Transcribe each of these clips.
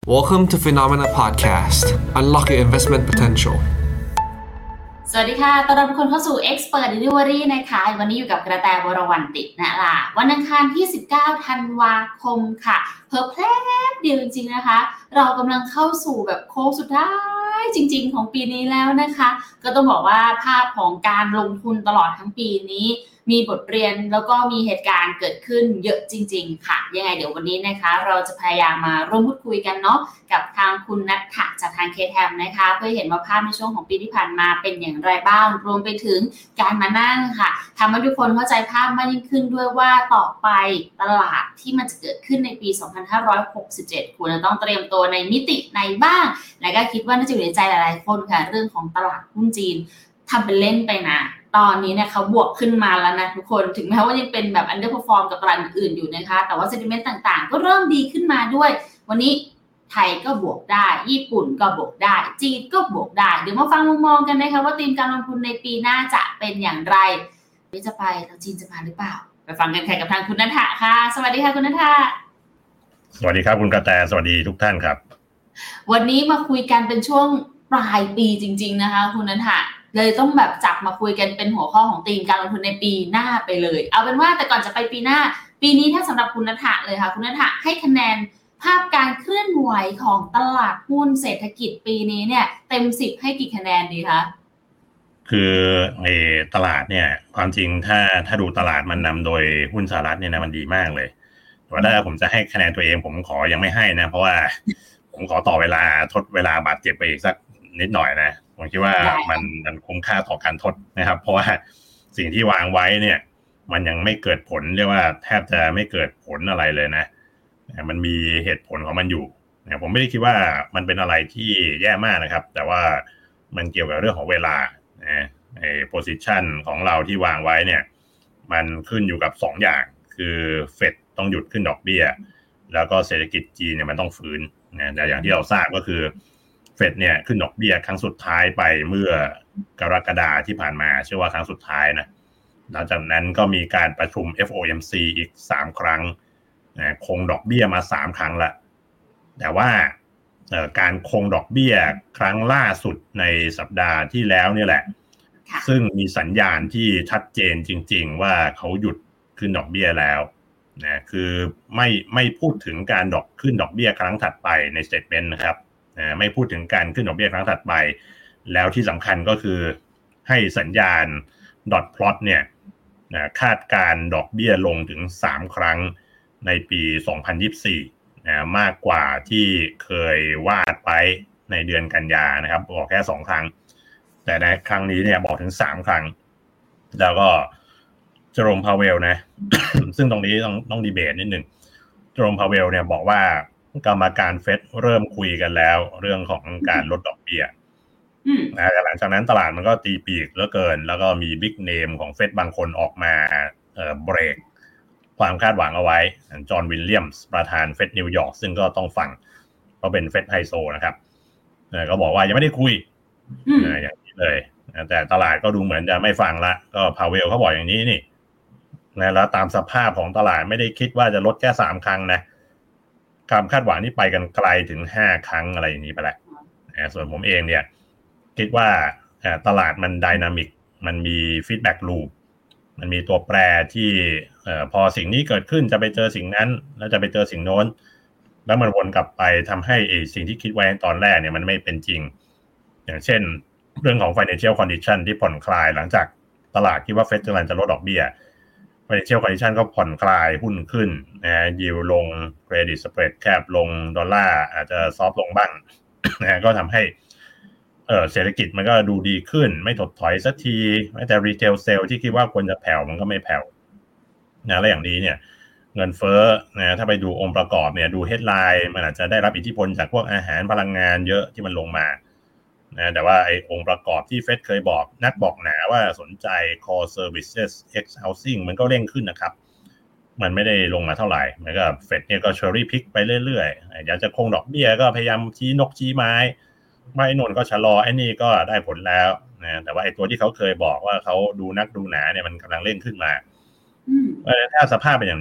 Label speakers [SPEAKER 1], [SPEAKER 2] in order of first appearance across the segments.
[SPEAKER 1] Welcome to Phenomena Podcast. Unlock your investment potential.
[SPEAKER 2] สวัสดีค่ะต้อนรับทุกคนเข้าสู่ Expert Delivery นะคะวันนี้อยู่กับกระแตวรวรรณตินะคะวันอังคารที่19ธันวาคมค่ะเพิ่มแป๊บเดียวจริงๆนะคะเรากำลังเข้าสู่แบบโค้งสุดท้ายจริงๆของปีนี้แล้วนะคะก็ต้องบอกว่าภาพของการลงทุนตลอดทั้งปีนี้มีบทเรียนแล้วก็มีเหตุการณ์เกิดขึ้นเยอะจริงๆค่ะยังไงเดี๋ยววันนี้นะคะเราจะพยายามมาร่วมพูดคุยกันเนาะกับทางคุณณัฐฐะจากทาง KTM นะคะเพื่อเห็นว่าภาพในช่วงของปีที่ผ่านมาเป็นอย่างไรบ้างรวมไปถึงการมานั่งค่ะทำให้ทุกคนเข้าใจภาพมากยิ่งขึ้นด้วยว่าต่อไปตลาดที่มันจะเกิดขึ้นในปี 2567 คุณจะต้องเตรียมตัวในมิติไหนบ้างและก็คิดว่าน่าจะอยู่ในใจหลายๆคนค่ะเรื่องของตลาดหุ้นจีนทำเป็นเล่นไปนะตอนนี้เนี่ยเขาบวกขึ้นมาแล้วนะทุกคนถึงแม้ว่ายังเป็นแบบ underperform กับตลาดอื่นๆอยู่นะคะแต่ว่า sentiment ต่างๆก็เริ่มดีขึ้นมาด้วยวันนี้ไทยก็บวกได้ญี่ปุ่นก็บวกได้จีนก็บวกได้เดี๋ยวมาฟังมุมมองกันนะคะว่าธีมการลงทุนในปีหน้าจะเป็นอย่างไรนี่จะไปแล้วจีนจะมาหรือเปล่าไปฟังกันค่ะกับทางคุณณัฐฐะค่ะสวัสดีค่ะคุณณัฐฐะ
[SPEAKER 3] สวัสดีครับคุณกระแตสวัสดีทุกท่านครับ
[SPEAKER 2] วันนี้มาคุยกันเป็นช่วงปลายปีจริงๆนะคะคุณณัฐฐะเลยต้องแบบจับมาคุยกันเป็นหัวข้อของธีมการลงทุนในปีหน้าไปเลยเอาเป็นว่าแต่ก่อนจะไปปีหน้าปีนี้ถ้าสำหรับคุณณัฐฐะเลยค่ะคุณณัฐฐะให้คะแนนภาพการเคลื่อนไหวของตลาดหุ้นเศรษฐกิจปีนี้เนี่ยเต็ม10ให้กี่คะแนนดีคะ
[SPEAKER 3] คือในตลาดเนี่ยความจริงถ้าดูตลาดมันนำโดยหุ้นสหรัฐเนี่ยนะมันดีมากเลยแต่ว่าถ้าผมจะให้คะแนนตัวเองผมขอยังไม่ให้นะเพราะว่าผมขอต่อเวลาทดเวลาบาดเจ็บไปอีกสักนิดหน่อยนะผมคิดว่ามันคุ้มค่าต่อการทดนะครับเพราะว่าสิ่งที่วางไว้เนี่ยมันยังไม่เกิดผลเรียกว่าแทบจะไม่เกิดผลอะไรเลยนะมันมีเหตุผลของมันอยู่ผมไม่ได้คิดว่ามันเป็นอะไรที่แย่มากนะครับแต่ว่ามันเกี่ยวกับเรื่องของเวลาposition ของเราที่วางไว้เนี่ยมันขึ้นอยู่กับ2อย่างคือเฟดต้องหยุดขึ้นดอกเบี้ยแล้วก็เศรษฐกิจจีนเนี่ยมันต้องฟื้นนะแต่อย่างที่เราทราบก็คือเฟดเนี่ยขึ้นดอกเบี้ยครั้งสุดท้ายไปเมื่อกรกฎาคมที่ผ่านมาเชื่อว่าครั้งสุดท้ายนะหลังจากนั้นก็มีการประชุม FOMC อีก3ครั้งคงดอกเบี้ยมา3ครั้งละแต่ว่าการคงดอกเบี้ยครั้งล่าสุดในสัปดาห์ที่แล้วเนี่ยแหละซึ่งมีสัญญาณที่ชัดเจนจริงๆว่าเขาหยุดขึ้นดอกเบี้ยแล้วนะคือไม่พูดถึงการขึ้นดอกเบี้ยครั้งถัดไปในสเตทเมนต์นะครับไม่พูดถึงการขึ้นดอกเบี้ยครั้งถัดไปแล้วที่สำคัญก็คือให้สัญญาณดอทพลอตเนี่ยคาดการดอกเบี้ยลงถึง3ครั้งในปี 2024มากกว่าที่เคยวาดไว้ในเดือนกันยานะครับบอกแค่2ครั้งแต่ในครั้งนี้เนี่ยบอกถึง3ครั้งแล้วก็เจอโรมพาเวลนะ ซึ่งตรงนี้ต้องดีเบตนิดนึงเจอโรมพาเวลเนี่ยบอกว่ากรรมการเฟดเริ่มคุยกันแล้วเรื่องของการลดดอกเบี้ยหลังจากนั้นตลาดมันก็ตีปีกเหลือเกินแล้วก็มีบิ๊กเนมของเฟดบางคนออกมาเบรกความคาดหวังเอาไว้จอห์นวิลเลียมส์ประธานเฟดนิวยอร์กซึ่งก็ต้องฟังเพราะเป็นเฟดไฮโซนะครับก็บอกว่ายังไม่ได้คุยอย่างนี้เลยแต่ตลาดก็ดูเหมือนจะไม่ฟังละก็พาเวลเขาบอกอย่างนี้นี่แล้วตามสภาพของตลาดไม่ได้คิดว่าจะลดแค่3ครั้งนะความคาดหวังนี่ไปกันไกลถึง5ครั้งอะไรอย่างนี้ไปแล้วส่วนผมเองเนี่ยคิดว่าตลาดมันไดนามิกมันมีฟีดแบ็กลูปมันมีตัวแปรที่พอสิ่งนี้เกิดขึ้นจะไปเจอสิ่งนั้นแล้วจะไปเจอสิ่งโน้นแล้วมันวนกลับไปทำให้สิ่งที่คิดไว้ตอนแรกเนี่ยมันไม่เป็นจริงอย่างเช่นเรื่องของ financial condition ที่ผ่อนคลายหลังจากตลาดคิดว่าเฟดจะลดดอกเบี้ย financial condition ก็ผ่อนคลายหุ้นขึ้นยิวลง credit spread แคบลงดอลลาร์อาจจะซอฟต์ลงบ้างก็ทำให้เศรษฐกิจมันก็ดูดีขึ้นไม่ถดถอยสักทีแม้แต่ retail sale ที่คิดว่าควรจะแผ่วมันก็ไม่แผ่วและอย่างนี้เนี่ยเงินเฟ้อนะถ้าไปดูองค์ประกอบเนี่ยดู headline มันอาจจะได้รับอิทธิพลจากพวกอาหารพลังงานเยอะที่มันลงมานะแต่ว่าไอ้องค์ประกอบที่เฟดเคยบอกนักบอกหนาว่าสนใจ core services ex housing มันก็เร่งขึ้นนะครับมันไม่ได้ลงมาเท่าไหร่แล้วก็เฟดเนี่ยก็ cherry pick ไปเรื่อยๆอยากจะคงดอกเบี้ยก็พยายามชี้นกชี้ไม้ไม่นนก็ชะลอไอ้นี่ก็ได้ผลแล้วนะแต่ว่าไอ้ตัวที่เขาเคยบอกว่าเขาดูนักดูหนาเนี่ยมันกำลังเร่งขึ้นมาถ้าสภาพเป็นอย่างนี้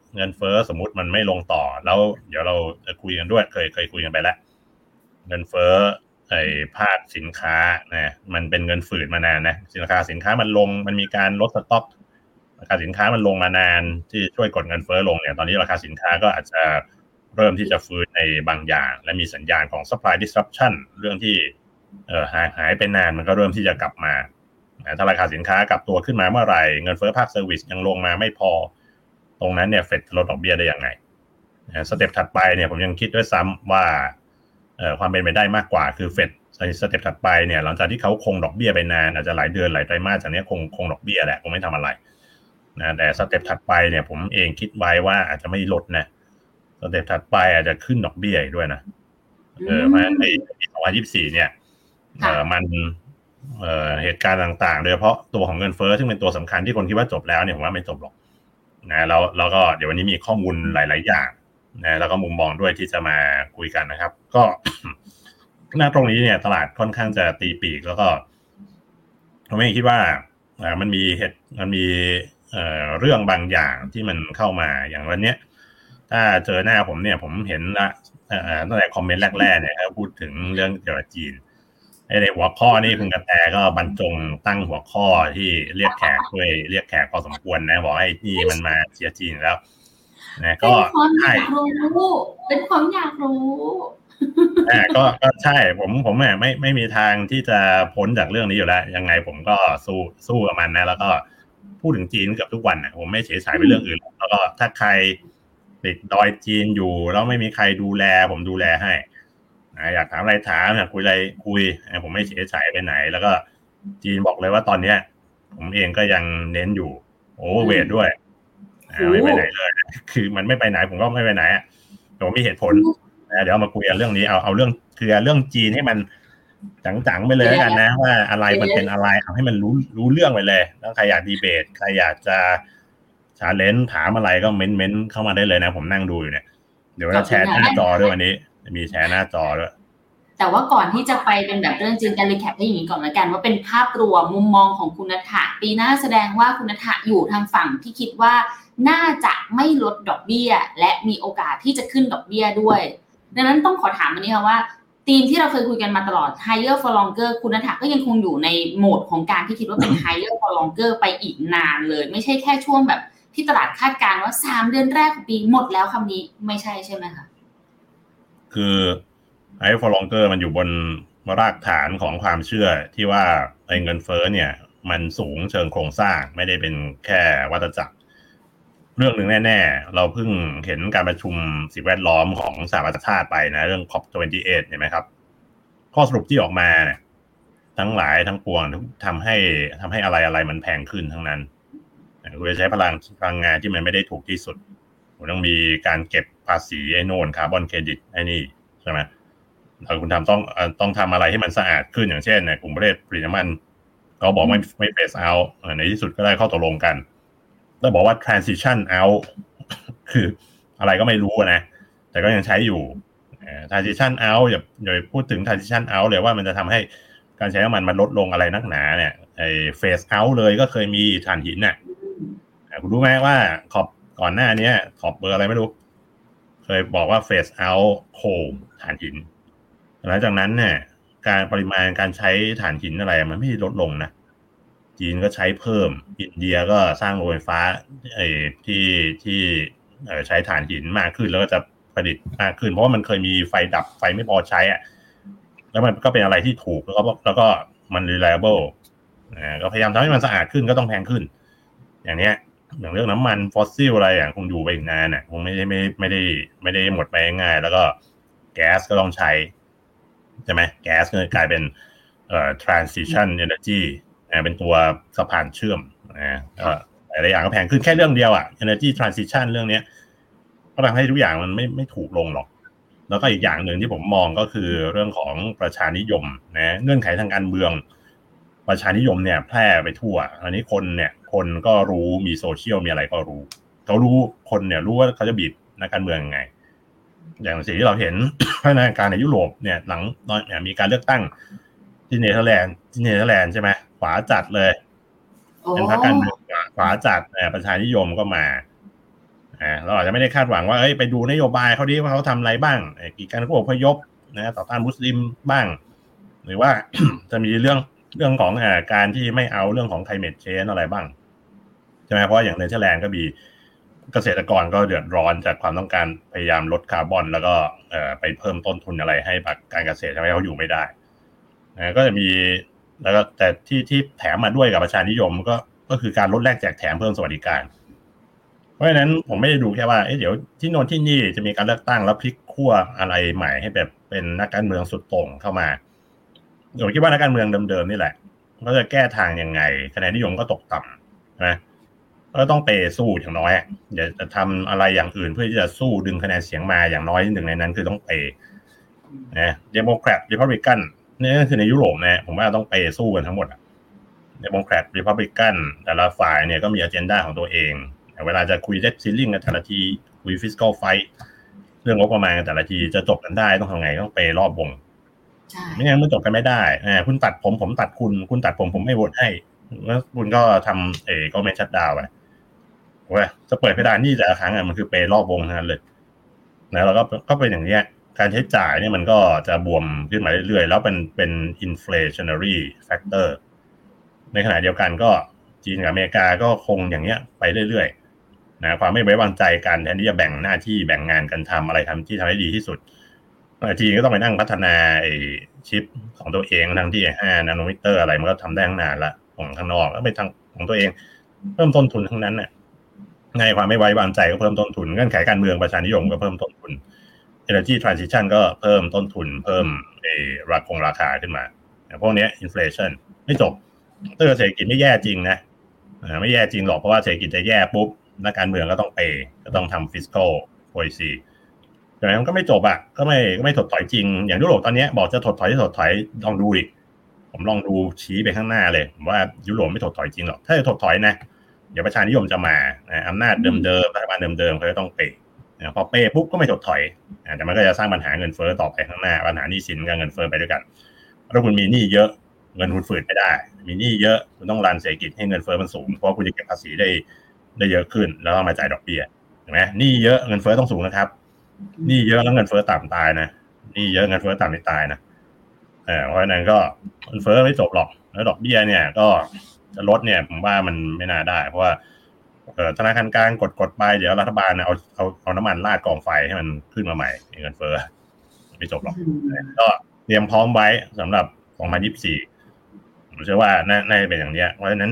[SPEAKER 3] เงินเฟ้อสมมุติมันไม่ลงต่อแล้วเดี๋ยวเราจะคุยกันด้วยเคยคุยกันไปแล้วเงินเฟ้อไอ้ภาคสินค้านะมันเป็นเงินฝืดมานานนะราคาสินค้ามันลงมันมีการลดสต็อกราคาสินค้ามันลงมานานที่ช่วยกดเงินเฟ้อลงเนี่ยตอนนี้ราคาสินค้าก็อาจจะเริ่มที่จะฟื้นในบางอย่างและมีสัญญาณของ supply disruption เรื่องที่หายไปนานมันก็เริ่มที่จะกลับมาถ้าราคาสินค้ากลับตัวขึ้นมาเมื่อไหร่เงินเฟ้อภาคเซอร์วิสยังลงมาไม่พอตรงนั้นเนี่ยเฟดลดดอกเบี้ยได้ยังไงสเต็ปถัดไปเนี่ยผมยังคิดด้วยซ้ำว่าความเป็นไปได้มากกว่าคือเฟดสเต็ปถัดไปเนี่ยหลังจากที่เขาคงดอกเบี้ยไปนานอาจจะหลายเดือนหลายไตรมาสจากนี้คงดอกเบี้ยแหละคงไม่ทำอะไรนะแต่สเต็ปถัดไปเนี่ยผมเองคิดไว้ว่าอาจจะไม่ลดนะสเต็ปถัดไปอาจจะขึ้นดอกเบี้ยอีกด้วยนะเพราะฉะนั้นในปี2024เนี่ยมันเหตุการณ์ต่างๆโดยเฉพาะตัวของเงินเฟ้อซึ่งเป็นตัวสำคัญที่คนคิดว่าจบแล้วเนี่ยผมว่าไม่จบหรอกนะแล้วก็เดี๋ยววันนี้มีข้อมูลหลายๆอย่างนะแล้วก็มุมมองด้วยที่จะมาคุยกันนะครับก็ ณตรงนี้เนี่ยตลาดค่อนข้างจะตีปีกแล้วก็ผมไม่คิดว่ามันมีเรื่องบางอย่างที่มันเข้ามาอย่างวันนี้ถ้าเจอหน้าผมเนี่ยผมเห็นละตั้งแต่คอมเมนต์แรกๆเนี่ยเขาพูดถึงเรื่องเกี่ยวกับจีนในหัวข้อนี่คุณกระแตก็บรรจงตั้งหัวข้อที่เรียกแขกด้วยเรียกแขกพอสมควรนะบอกให้นี่มันมาเชียร์จีนแล้วนะก็
[SPEAKER 2] ใช่เป็นความอยากรู้
[SPEAKER 3] ก็ใช่ผมไม่มีทางที่จะพ้นจากเรื่องนี้อยู่แล้วยังไงผมก็สู้กับมันนะแล้วก็พูดถึงจีนเกือบทุกวันนะผมไม่เฉยๆไปเรื่องอื่นแล้วก็ถ้าใครติดดอยจีนอยู่แล้วไม่มีใครดูแลผมดูแลให้อยากถามอะไรถามอยากคุยอะไรคุยผมไม่เฉยๆไปไหนแล้วก็จีนบอกเลยว่าตอนเนี้ยผมเองก็ยังเน้นอยู่โอเวอร์เวทด้วยไม่ไปไหนเลยคือมันไม่ไปไหนผมก็ไม่ไปไหนผมมีเหตุผลเดี๋ยวมาคุยกันเรื่องนี้เอาเรื่องคือเรื่องจีนให้มันจังๆไปเลยกันนะว่าอะไรมันเป็นอะไรเอาให้มันรู้เรื่องไปเลยแล้วใครอยากดีเบตใครอยากจะชาเลนจ์ถามอะไรก็เม้นเข้ามาได้เลยนะผมนั่งดูอยู่เนี่ยเดี๋ยวเราแชร์หน้าจอด้วยวันนี้มีแชร์หน้าจอด้วย
[SPEAKER 2] แต่ว่าก่อนที่จะไปเป็นแบบเรื่องจีนการรีแคปให้อย่างนี้ก่อนละกันว่าเป็นภาพรวมมุมมองของคุณณัฐปีหน้าแสดงว่าคุณณัฐอยู่ทางฝั่งที่คิดว่าน่าจะไม่ลดดอกเบี้ยและมีโอกาสที่จะขึ้นดอกเบี้ยด้วยดังนั้นต้องขอถามอันนี้ค่ะว่าธีมที่เราเคยคุยกันมาตลอด higher for longer คุณณัฐก็ยังคงอยู่ในโหมดของการที่คิดว่าเป็น higher for longer ไปอีกนานเลยไม่ใช่แค่ช่วงแบบที่ตลาดคาดการณ์ว่า3เดือนแรกของปีหมดแล้วคำนี้ไม่ใช่ใช่ไหมคะ
[SPEAKER 3] คือhigher for longer มันอยู่บนรากฐานของความเชื่อที่ว่าไอ้เงินเฟ้อเนี่ยมันสูงเชิงโครงสร้างไม่ได้เป็นแค่วัฏจักรเรื่องหนึ่งแน่ๆเราเพิ่งเห็นการประชุมสิ่งแวดล้อมของสหประชาชาติไปนะเรื่อง COP28 เห็นไหมครับข้อสรุปที่ออกมาเนี่ยทั้งหลายทั้งปวงทำให้อะไรมันแพงขึ้นทั้งนั้นคุณจะใช้พลังงานที่มันไม่ได้ถูกที่สุดคุณต้องมีการเก็บภาษีไอ้โน่นคาร์บอนเครดิตไอ้นี่ใช่ไหมถ้าคุณต้องทำอะไรให้มันสะอาดขึ้นอย่างเช่นกลุ่มประเทศผลิตน้ำมันเขาบอกไม่เฟสเอาในที่สุดก็ได้ข้อตกลงกันแล้วบอกว่า transition out คืออะไรก็ไม่รู้นะแต่ก็ยังใช้อยู่ transition out อย่าพูดถึง transition out เลยว่ามันจะทำให้การใช้น้ำมันลดลงอะไรนักหนาเนี่ยไอ้ phase out เลยก็เคยมีถ่านหินน่ะคุณรู้ไหมว่าขอบก่อนหน้านี้ขอบเบอร์อะไรไม่รู้เคยบอกว่า phase out coal ถ่านหินหลังจากนั้นเนี่ยการปริมาณการใช้ถ่านหินอะไรมันไม่ลดลงนะจีนก็ใช้เพิ่มอินเดียก็สร้างโรงไฟฟ้าที่ใช้ถ่านหินมากขึ้นแล้วก็จะผลิตมากขึ้นเพราะว่ามันเคยมีไฟดับไฟไม่พอใช้อ่ะแล้วมันก็เป็นอะไรที่ถูกแล้วก็มัน reliable ก็พยายามทำให้มันสะอาดขึ้นก็ต้องแพงขึ้นอย่างเนี้ยอย่างเรื่องน้ำมันฟอสซิลอะไรอย่างคงอยู่ไปอีกนานน่ะคงไม่ได้หมดไปง่ายแล้วก็แก๊สก็ต้องใช้ใช่ไหมแก๊สก็กลายเป็นtransition energy เป็นตัวสะพานเชื่อมหลายอย่างก็แพงขึ้นแค่เรื่องเดียวenergy transition เรื่องนี้ก็ทำให้ทุกอย่างมันไม่ถูกลงหรอกแล้วก็อีกอย่างหนึ่งที่ผมมองก็คือเรื่องของประชานิยมนะเงื่อนไขทางการเมืองประชานิยมเนี่ยแพร่ไปทั่วอันนี้คนก็รู้มีโซเชียลมีอะไรก็รู้เขารู้คนเนี่ยรู้ว่าเขาจะบีบนักการเมืองยังไงอย่างสิ่งที่เราเห็นพัฒนาการในยุโรปเนี่ยหลังมีการเลือกตั้งที่เนเธอร์แลนด์ใช่ไหมขวาจัดเลยเป็นพรรคการเมืองขวาจัดประชานิยมก็มาเราอาจจะไม่ได้คาดหวังว่าไปดูนโยบายเขาดิว่าเขาทำอะไรบ้างกีดกันผู้อพยพนะต่อต้านมุสลิมบ้างหรือว่า จะมีเรื่องของการที่ไม่เอาเรื่องของ climate change อะไรบ้างใช่ไหมเพราะอย่างเนเธอร์แลนด์ก็มีเกษตรกรก็เดือดร้อนจากความต้องการพยายามลดคาร์บอนแล้วก็ไปเพิ่มต้นทุนอะไรให้การเกษตรทำให้เขาอยู่ไม่ได้ก็จะมีแล้วก็แต่ที่แถมมาด้วยกับประชานิยมก็คือการลดแลกแจกแถมเพิ่มสวัสดิการเพราะฉะนั้นผมไม่ได้ดูแค่ว่าเดี๋ยวที่โน่นที่นี่จะมีการเลือกตั้งแล้วพลิกขั้วอะไรใหม่ให้แบบเป็นนักการเมืองสุดโต่งเข้ามาผมคิดว่านักการเมืองเดิมๆนี่แหละเขาจะแก้ทางยังไงคะแนนนิยมก็ตกต่ำนะก็ต้องเปสู้อย่างน้อยอย่าจะทำอะไรอย่างอื่นเพื่อที่จะสู้ดึงคะแนนเสียงมาอย่างน้อยหนึ่งในนั้นคือต้องเปนะเดโมแครตรีพับลิกันนี่ก็คือในยุโรปนะผมว่าต้องเปสู้กันทั้งหมดเดโมแครตรีพับลิกันแต่ละฝ่ายเนี่ยก็มีอเจนดาของตัวเองเวลาจะคุยเดทซีลิ่งกันแต่ละทีคุยฟิสคอลไฟท์เรื่องงบประมาณกันแต่ละทีจะจบกันได้ต้องทำไงต้องเปรอบวงไม่งั้นมันจบกันไม่ได้คุณตัดผมตัดคุณตัดผมไม่โหวตให้แล้วคุณก็ทำก็ไม่ชัดดาวไปว่าจะเปิดเพดานนี่แต่ละครั้งมันคือเปรอบวงนั้นเลยนะแล้วก็เป็นอย่างเนี้ยการใช้จ่ายเนี่ยมันก็จะบวมขึ้นมาเรื่อยๆแล้วเป็น inflationary factor ในขณะเดียวกันก็จีนกับอเมริกาก็คงอย่างเงี้ยไปเรื่อยๆนะความไม่ไว้วางใจกันแทนที่จะแบ่งหน้าที่แบ่งงานกันทำอะไรทำที่ทำให้ดีที่สุดจีนก็ต้องไปนั่งพัฒนาชิปของตัวเองทั้งที่5นาโนมิเตอร์อะไรมันก็ทำได้ตั้งนานละของข้างนอกแล้วไปทางของตัวเองเพิ่มต้นทุนทั้งนั้นน่ะในความไม่ไว้วางใจก็เพิ่มต้นทุนเงื่อนไขการเมืองประชานิยมก็เพิ่มต้นทุน Energy Transition ก็เพิ่มต้นทุนเพิ่มราคาขึ้นมาพวกนี้ inflation ไม่จบถ้าเศรษฐกิจไม่แย่จริงนะไม่แย่จริงหรอกเพราะว่าเศรษฐกิจจะแย่ปุ๊บนักการเมืองก็ต้องก็ต้องทำ fiscal policy แต่มันก็ไม่จบก็ไม่ถดถอยจริงอย่างยุโรปตอนนี้บอกจะถดถอยลองดูดิผมลองดูชี้ไปข้างหน้าเลยว่ายุโรปไม่ถดถอยจริงหรอกถ้าจะถดถอยนะเดี๋ยวประชานิยมจะมาอำนาจเดิมรัฐบาลเดิมเขาจะต้องพอปุ๊บก็ไม่ถดถอยแต่มันก็จะสร้างปัญหาเงินเฟ้อต่อไปข้างหน้าปัญหาหนี้สินกับเงินเฟ้อไปด้วยกันถ้าคุณมีหนี้เยอะเงินคุณฝืดไม่ได้มีหนี้เยอะคุณต้องรันเศรษฐกิจให้เงินเฟ้อมันสูงเพราะคุณจะเก็บภาษีได้เยอะขึ้นแล้วต้องมาจ่ายดอกเบี้ยเห็นไหมหนี้เยอะเงินเฟ้อต้องสูงนะครับหนี้เยอะแล้วเงินเฟ้อต่ำตายนะหนี้เยอะเงินเฟ้อต่ำไม่ตายนะเพราะฉะนั้นก็เงินเฟ้อไม่จบหรอกแล้วดอกเบี้ยเนี่ยก็จะลดเนี่ยผมว่ามันไม่น่าได้เพราะว่าธนาคารกลางกดไปเดี๋ยวรัฐบาลเอาน้ำมันราดกองไฟให้มันขึ้นมาใหม่เงินเฟ้อไม่จบหรอกก็เตรียมพร้อมไว้สำหรับ2024ผมเชื่อว่าน่าจะเป็นอย่างนี้เพราะฉะนั้น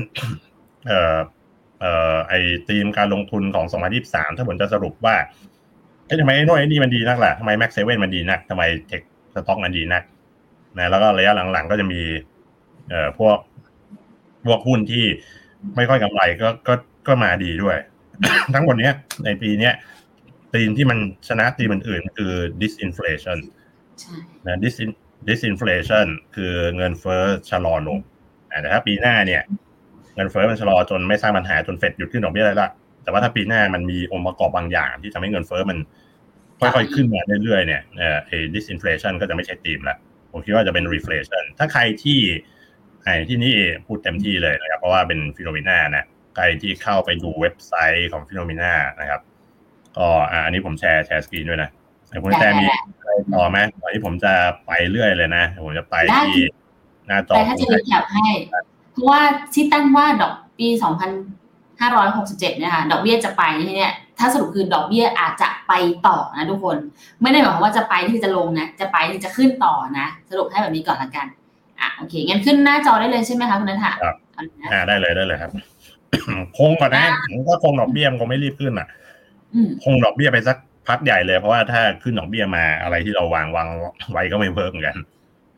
[SPEAKER 3] ไอ้ธีมการลงทุนของ2023ถ้าผมจะสรุปว่าทำไมไอ้โน่นไอ้นี่มันดีนักล่ะทำไม Max 7มันดีนักทำไม Tech Stock มันดีนักนะแล้วก็ระยะหลังๆก็จะมีพวกหุ้นที่ไม่ค่อยกำไรก็มาดีด้วย ทั้งหมดนี้ในปีนี้ธีมที่มันชนะธีมอื่นคือ disinflation นะ disinflation คือเงินเฟ้อชะลอลงแต่ถ้าปีหน้าเนี่ยเงินเฟ้อมันชะลอจนไม่สร้างปัญหาจนเฟดหยุดขึ้นดอกเบี้ยได้ละแต่ว่าถ้าปีหน้ามันมีองค์ประกอบบางอย่างที่ทำให้เงินเฟ้อมันค่อยๆขึ้นมาเรื่อยๆเนี่ยdisinflation ก็จะไม่ใช่ธีมละผมคิดว่าจะเป็น reflation ถ้าใครที่นี่พูดเต็มที่เลยนะครับเพราะว่าเป็นฟีโนเมนานะใครที่เข้าไปดูเว็บไซต์ของฟีโนเมนานะครับก็อันนี้ผมแชร์สกรีนด้วยนะคุณแต่มีอะไรต่อไหมตอนที่ผมจะไปเรื่อยเลยนะผมจะไปที่หน้าจอ
[SPEAKER 2] แต่ถ้าจะรีแคปให้เพราะว่าที่ตั้งว่าดอกปี2567นะคะดอกเบี้ยจะไปเนี่ยถ้าสรุปคือดอกเบี้ยอาจจะไปต่อนะทุกคนไม่ได้หมายความว่าจะไปที่จะลงนะจะไปที่จะขึ้นต่อนะสรุปให้แบบนี้ก่อนละกันโอเคงั้นขึ้นหน้าจอได้เลยใช่ไหมคะคุณนัทธะ
[SPEAKER 3] ได้เลยครับ คงก่อนนะผมก็คงดอกเบี้ยมันคงไม่รีบขึ้นคงดอกเบี้ยไปสักพักใหญ่เลยเพราะว่าถ้าขึ้นดอกเบี้ยมาอะไรที่เราวางไว้ก็ไม่เพิ่มเหมือนกัน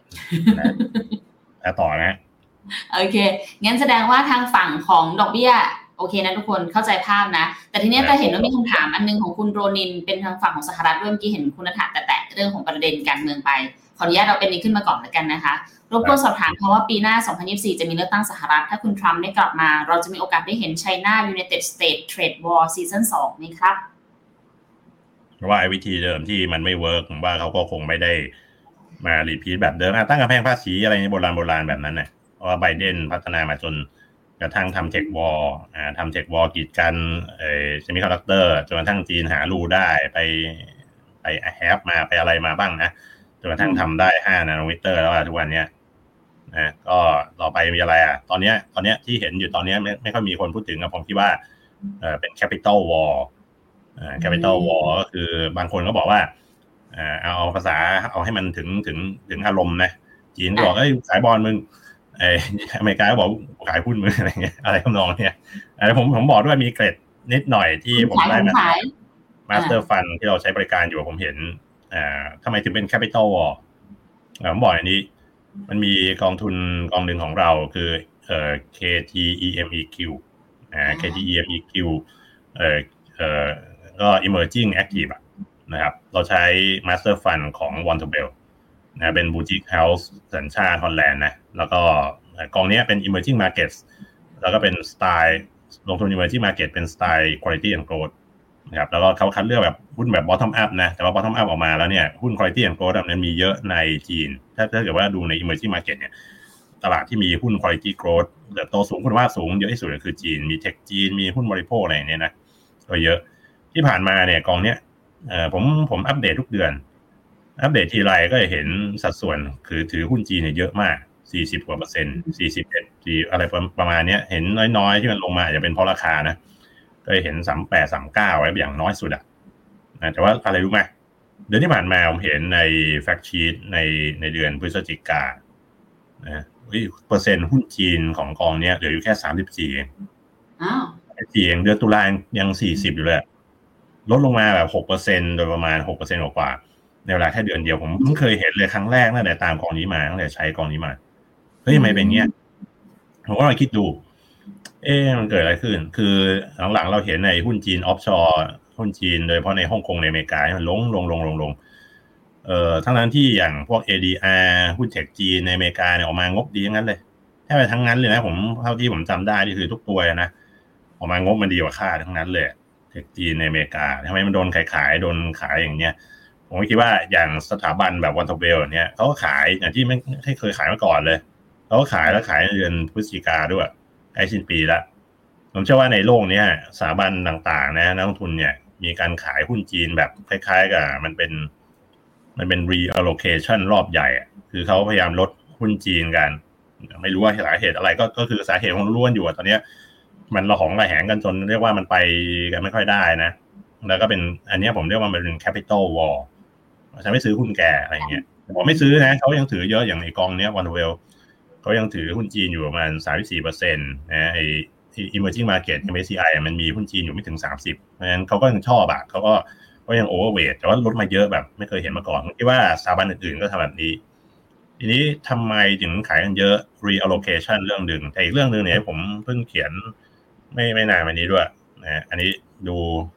[SPEAKER 3] ต่อนะ
[SPEAKER 2] โอเคงั้นแสดงว่าทางฝั่งของดอกเบี้ยโอเคนะทุกคนเข้าใจภาพนะแต่ทีนี้แต่เห็นว่ามีคำถามอันนึงของคุณโรนินเป็นทางฝั่งของสหรัฐด้วยเมื่อกี้เห็นคุณนัทธะแตะเรื่องของประเด็นการเมืองไปขออนุญาตเราเป็นนี้ขึ้นมาก่อนแล้วกันนะคะรบกวนสอบถามเพราะว่าปีหน้า2024จะมีเลือกตั้งสหรัฐถ้าคุณทรัมป์ได้กลับมาเราจะมีโอกาสได้เห็น China United States Trade War Season 2ไหมครับ
[SPEAKER 3] เพราะว่าวิธีเดิมที่มันไม่เวิร์กผมว่าเขาก็คงไม่ได้มารีพีทแบบเดิมตั้งกำแพงภาษีอะไรในโบราณแบบนั้นนะเพราะว่าไบเดนพัฒนามาจนกระทั่งทำเทควอลทำเทควอลกีดกันเซมิคอนดักเตอร์จนกระทั่งจีนหารูได้ไปแฮปมาไปอะไรมาบ้างนะจนกระทั่งทำได้5 นาโนมิเตอร์แล้วทุกวันนี้นะก็ต่อไปมีอะไรตอนนี้ที่เห็นอยู่ตอนนี้ไม่ค่อยมีคนพูดถึงผมคิดว่าเป็น Capital War Capital War ก็คือบางคนก็บอกว่าเอาภาษาเอาให้มันถึงอารมณ์นะจีนก็บอกขายบอลมึงอเมริกาก็บอกขายหุ้นมึงอะไรเงี้ยอะไรทำนองเนี้ยผมบอกด้วยมีเกรดนิดหน่อยที่ผมได้มาสเตอร์ฟันที่เราใช้บริการอยู่ผมเห็นทำไมถึงเป็น Capital War ผมบอกอย่างนี้มันมีกองทุนกองหนึ่งของเราคือKTEMEQ KTEMEQก็ Emerging Active นะครับเราใช้ Master Fund ของ Vontobel นะเป็น Boutique House สัญชาติฮอลแลนด์นะแล้วก็กองนี้เป็น Emerging Markets แล้วก็เป็นสไตล์ลงทุน Emerging Market เป็นสไตล์ Quality and Growth นะครับแล้วก็เขาคัดเลือกแบบหุ้นแบบ Bottom Up นะแต่ว่า Bottom Up ออกมาแล้วเนี่ยหุ้น Quality and Growth นั้นมีเยอะในจีนถ้าเกิดว่าดูใน Emerging Market เนี่ยตลาดที่มีหุ้น Quality Growth เติบโตสูงคุณภาพสูงเยอะที่สุดก็คือจีนมีเทคจีนมีหุ้นบริโภคอะไรอย่างเงี้ยนะก็เยอะที่ผ่านมาเนี่ยกองเนี้ยผมอัปเดตทุกเดือนอัปเดตทีไรก็เห็นสัดส่วนคือถือหุ้นจีนเนี่ยเยอะมาก40กว่า%, 41อะไรประมาณนี้เห็นน้อยๆที่มันลงมาอาจจะเป็นเพราะราคานะก็เห็น38 39ไว้อย่างน้อยสุดนะแต่ว่าอะไรรู้ไหมเดือนที่ผ่านมาผมเห็นในแฟกชีตในเดือนพฤศจิกายนนะเปอร์เซ็นต์หุ้นจีนของกองเนี้ยเหลืออยู่แค่34เองเดือนตุลายัง40อยู่เลยลดลงมาแบบ 6% โดยประมาณ 6% กว่าในเวลาแค่เดือนเดียวผมเพิ่งเคยเห็นเลยครั้งแรกตั้งแต่ตามกองนี้มาตั้งแต่ใช้กองนี้มาเฮ้ยทำไมเป็นเงี้ยผมก็ลองคิดดูมันเกิดอะไรขึ้นคือหลังๆเราเห็นในหุ้นจีนออฟชอร์หุ้นจีนโดยเฉพาะในฮ่องกงในอเมริกามันลงทั้งนั้นที่อย่างพวก ADR หุ้นเทคจีนในอเมริกาเนี่ยออกมางบดีทั้งนั้นเลยแทบทั้งนั้นเลยนะผมเท่าที่ผมจำได้นี่คือทุกตัวนะออกมางบมันดีกว่าคาดทั้งนั้นเลยเทคจีนในอเมริกาทำไมมันโดนขายโดนขายอย่างเงี้ยผมคิดว่าอย่างสถาบันแบบวันทเวลเนี่ยเขาก็ขายอย่างที่ไม่เคยขายมาก่อนเลยเขาก็ขายแล้วขายในเดือนพฤศจิกาด้วยใกล้สิ้นปีแล้วผมเชื่อว่าในโลกนี้สถาบันต่างๆนะนักลงทุนเนี่ยมีการขายหุ้นจีนแบบคล้ายๆกับมันเป็น reallocation รอบใหญ่คือเขาพยายามลดหุ้นจีนกันไม่รู้ว่าสาเหตุอะไรก็คือสาเหตุของล้วนอยู่ตอนนี้มันระหองระแหงกันจนเรียกว่ามันไปกันไม่ค่อยได้นะแล้วก็เป็นอันนี้ผมเรียกว่ามันเป็น capital war ฉันไม่ซื้อหุ้นแกอะไรเงี้ยผมไม่ซื้อนะเขายังถือเยอะอย่างในกองเนี้ยวันเวลเขายังถือหุ้นจีนอยู่ประมาณ 34% นะไอ้ emerging market MSCI มันมีหุ้นจีนอยู่ไม่ถึง30เพราะฉะนั้นเขาก็ยังชอบเขาก็ยัง overweight แต่ว่าลดมาเยอะแบบไม่เคยเห็นมาก่อนผมคิดว่าสถาบันอื่นๆก็ทำแบบนี้ทีนี้ทำไมถึงขายกันเยอะ reallocation เรื่องนึงแต่อีกเรื่องนึงเนี่ยผมเพิ่งเขียนไม่นานมานี้ด้วยนะอันนี้ดู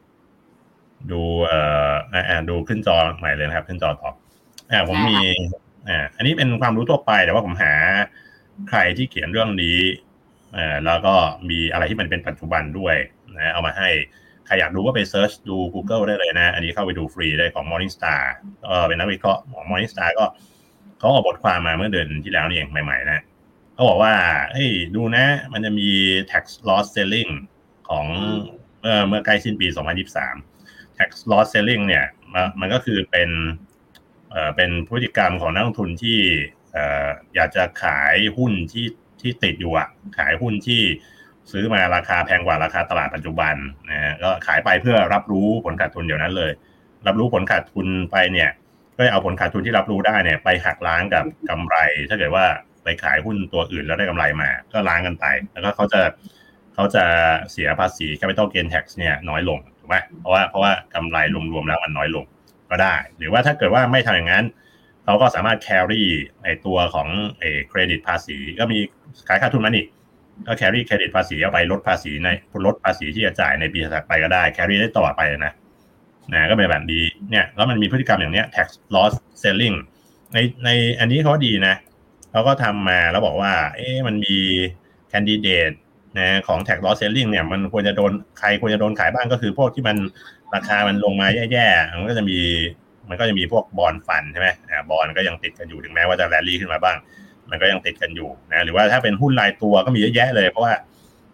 [SPEAKER 3] ขึ้นจอใหม่เลยนะครับขึ้นจอต่อผมมีอันนี้เป็นความรู้ทั่วไปแต่ว่าผมหาใครที่เขียนเรื่องนี้แล้วก็มีอะไรที่มันเป็นปัจจุบันด้วยนะเอามาให้ใครอยากดูก็ไปเซิร์ชดู Google ได้เลยนะอันนี้เข้าไปดูฟรีได้ของ Morningstar ก็เป็นนักวิเคราะห์ของ Morningstar ก็เขาออกบทความมาเมื่อเดือนที่แล้วนี่เองใหม่ๆนะเขาบอกว่าเฮ้ยดูนะมันจะมี tax loss selling ของเมื่อใกล้สิ้นปี2023 tax loss selling เนี่ยมันก็คือเป็นพฤติกรรมของนักลงทุนที่อยากจะขายหุ้นที่ติดอยู่ขายหุ้นที่ซื้อมาราคาแพงกว่าราคาตลาดปัจจุบันนะก็ขายไปเพื่อรับรู้ผลขาดทุนเดี๋ยวนั้นเลยรับรู้ผลขาดทุนไปเนี่ยก็เอาผลขาดทุนที่รับรู้ได้เนี่ยไปหักล้างกับกำไรถ้าเกิดว่าไปขายหุ้นตัวอื่นแล้วได้กำไรมาก็ล้างกันไปแล้วก็เขาจะเสียภาษี capital gain tax เนี่ยน้อยลงถูกไหมเพราะว่ากำไรรวมๆแล้วมันน้อยลงก็ได้หรือว่าถ้าเกิดว่าไม่ทำอย่างนั้นเขาก็สามารถ carry ไอตัวของเครดิตภาษีก็มีขายขาดทุนมานี่ก็ carry เครดิตภาษีเอาไปลดภาษีที่จะจ่ายในปีถัดไปก็ได้ carry ได้ต่อไปนะก็เป็นแบบนี้เนี่ยแล้วมันมีพฤติกรรมอย่างเนี้ย tax loss selling ในอันนี้เขาดีนะเขาก็ทำมาแล้วบอกว่ามันมี candidate นะของ tax loss selling เนี่ยมันควรจะโดนใครควรจะโดนขายบ้างก็คือพวกที่มันราคามันลงมาแย่ๆมันก็จะมีพวกบอนด์ฟันใช่ไหมบอนด์ก็ยังติดกันอยู่ถึงแม้ว่าจะแรลลี่ขึ้นมาบ้างมันก็ยังติดกันอยู่นะหรือว่าถ้าเป็นหุ้นรายตัวก็มีเยอะแยะเลยเพราะว่า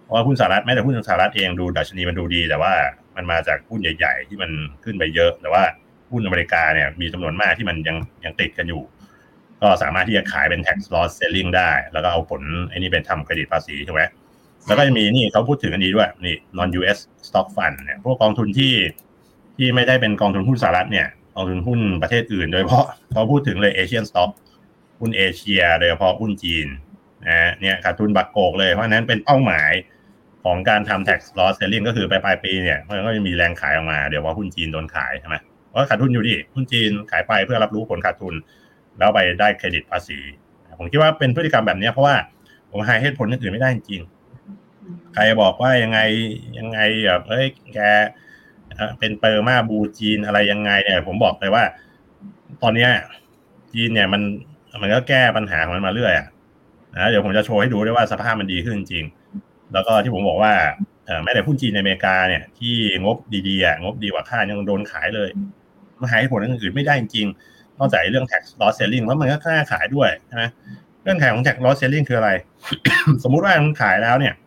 [SPEAKER 3] เพราะว่าหุ้นสหรัฐแม้แต่หุ้นสหรัฐเองดูดัชนีมันดูดีแต่ว่ามันมาจากหุ้นใหญ่ๆที่มันขึ้นไปเยอะแต่ว่าหุ้นอเมริกาเนี่ยมีจำนวนมากที่มันยังติดกันอยู่ก็สามารถที่จะขายเป็น tax loss selling ได้แล้วก็เอาผลไอ้นี่เป็นทำเครดิตภาษีใช่ไหมแล้วก็จะมีนี่เขาพูดถึงอันนี้ด้วยนี่ non US stock fund เนี่ยพวกกองทุนที่ไม่ได้เป็นกองทุนหุ้นสหรัฐเนี่ยกองทุนหุ้นประเทศอื่นโดยเฉพาะเขาพูดถึงเลย Asian stock หุ้นเอเชียโดยเฉพาะหุ้นจีนนะเนี่ยขาดทุนบักโกกเลยเพราะนั้นเป็นเป้าหมายของการทำ tax loss selling ก็คือปลายปีเนี่ยมันก็จะมีแรงขายออกมาเดี๋ยวว่าหุ้นจีนโดนขายใช่ไหมเพราะขาดทุนอยู่ดิหุ้นจีนขายไปเพื่อรับรู้ผลขาดทุนแล้วไปได้เครดิตภาษีผมคิดว่าเป็นพฤติกรรมแบบนี้เพราะว่าผมหาเหตุผลอื่นไม่ได้จริงใครบอกว่ายังไงแบบเอ้ยแกเป็นเปอร์มาบูจีนอะไรยังไงเนี่ยผมบอกเลยว่าตอนนี้จีนเนี่ยมันก็แก้ปัญหาของมันมาเรื่อยนะเดี๋ยวผมจะโชว์ให้ดูด้วยว่าสภาพมันดีขึ้นจริงแล้วก็ที่ผมบอกว่าแม้แต่หุ้นจีนในอเมริกาเนี่ยที่งบดีๆงบดีกว่าคาดยังโดนขายเลยมาหาเหตุผลอื่นไม่ได้จริงนอกจากเรื่อง tax loss selling เพราะมันก็ค่าขายด้วยใช่ไหมเรื่องขายของ tax loss selling คืออะไร สมมุติว่ามันขายแล้วเนี่ย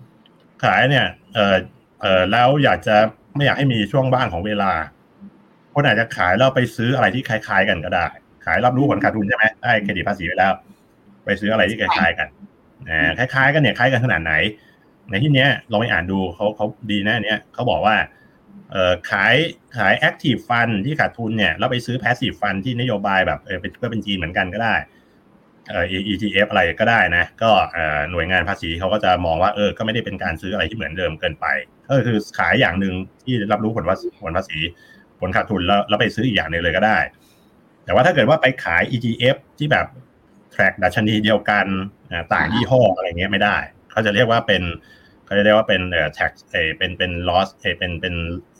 [SPEAKER 3] แล้วไม่อยากให้มีช่วงว่างของเวลาคนอาจจะขายแล้วไปซื้ออะไรที่คล้ายๆกันก็ได้ขายรับรู้ผลขาดทุนใช่ไหมได้เครดิตภาษีไปแล้วไปซื้ออะไรที่คล้ายๆกันคล้ายๆกันเนี่ยคล้ายกันขนาดไหนในที่เนี้ยลองไปอ่านดูเขาดีนะเนี้ยเขาบอกว่าขาย active fund ที่ขาดทุนเนี่ยแล้วไปซื้อ passive fund ที่นโยบายแบบเป็นจีนเหมือนกันก็ได้ETF อะไรก็ได้นะก็หน่วยงานภาษีเขาก็จะมองว่าก็ไม่ได้เป็นการซื้ออะไรที่เหมือนเดิมเกินไปก็คือขายอย่างนึงที่รับรู้ผลภาษีผลขาดทุนแล้วไปซื้ออีกอย่างนึงเลยก็ได้แต่ว่าถ้าเกิดว่าไปขาย ETF ที่แบบ track ดัชนีเดียวกันต่างยี่ห้ออะไรเงี้ยไม่ได้เขาจะเรียกว่าเป็นtax เป็น loss เป็น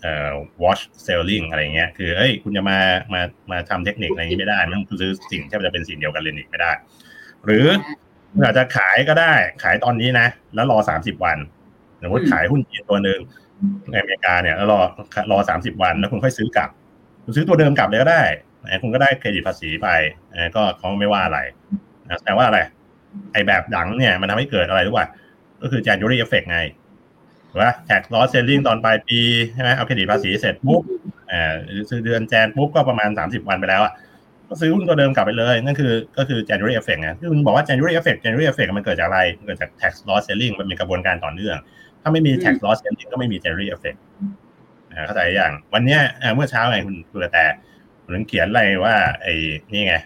[SPEAKER 3] wash selling อะไรเงี้ยคือคุณจะมาทำเทคนิคอะไรนี้ไม่ได้มันต้องซื้อสิ่งที่จะเป็นสิ่งเดียวกันเลยไม่ได้หรือคุณอาจจะขายก็ได้ขายตอนนี้นะแล้วรอ30วันสมมติขายหุ้นจีนตัวนึงในอเมริกาเนี่ยแล้วรอ30วันแล้วคุณค่อยซื้อกลับคุณซื้อตัวเดิมกลับเลยก็ได้คุณก็ได้เครดิตภาษีไปก็เขาไม่ว่าอะไรแต่ว่าอะไรไอ้แบบหลังเนี่ยมันทำให้เกิดอะไรรู้ป่ะก็คือ January effect ไงถูกป่ะ tax loss selling ตอนปลายปีใช่ไหมเอาเครดิตภาษีเสร็จปุ๊บซื้อเดือนแจนปุ๊บก็ประมาณ30วันไปแล้วก็ซื้อหุ้นตัวเดิมกลับไปเลยนั่นก็คือ January effect ไงที่คุณบอกว่า January effect มันเกิดจากอะไรมันเกิดจาก tax loss selling มันเป็นกระบวนการต่อเนื่องถ้าไม่มี tax loss selling ก็ไม่มี January effect เข้าใจอย่างวันนี้เมื่อเช้าไงคุณแต่ผมเขียนอะไรว่านี่ไง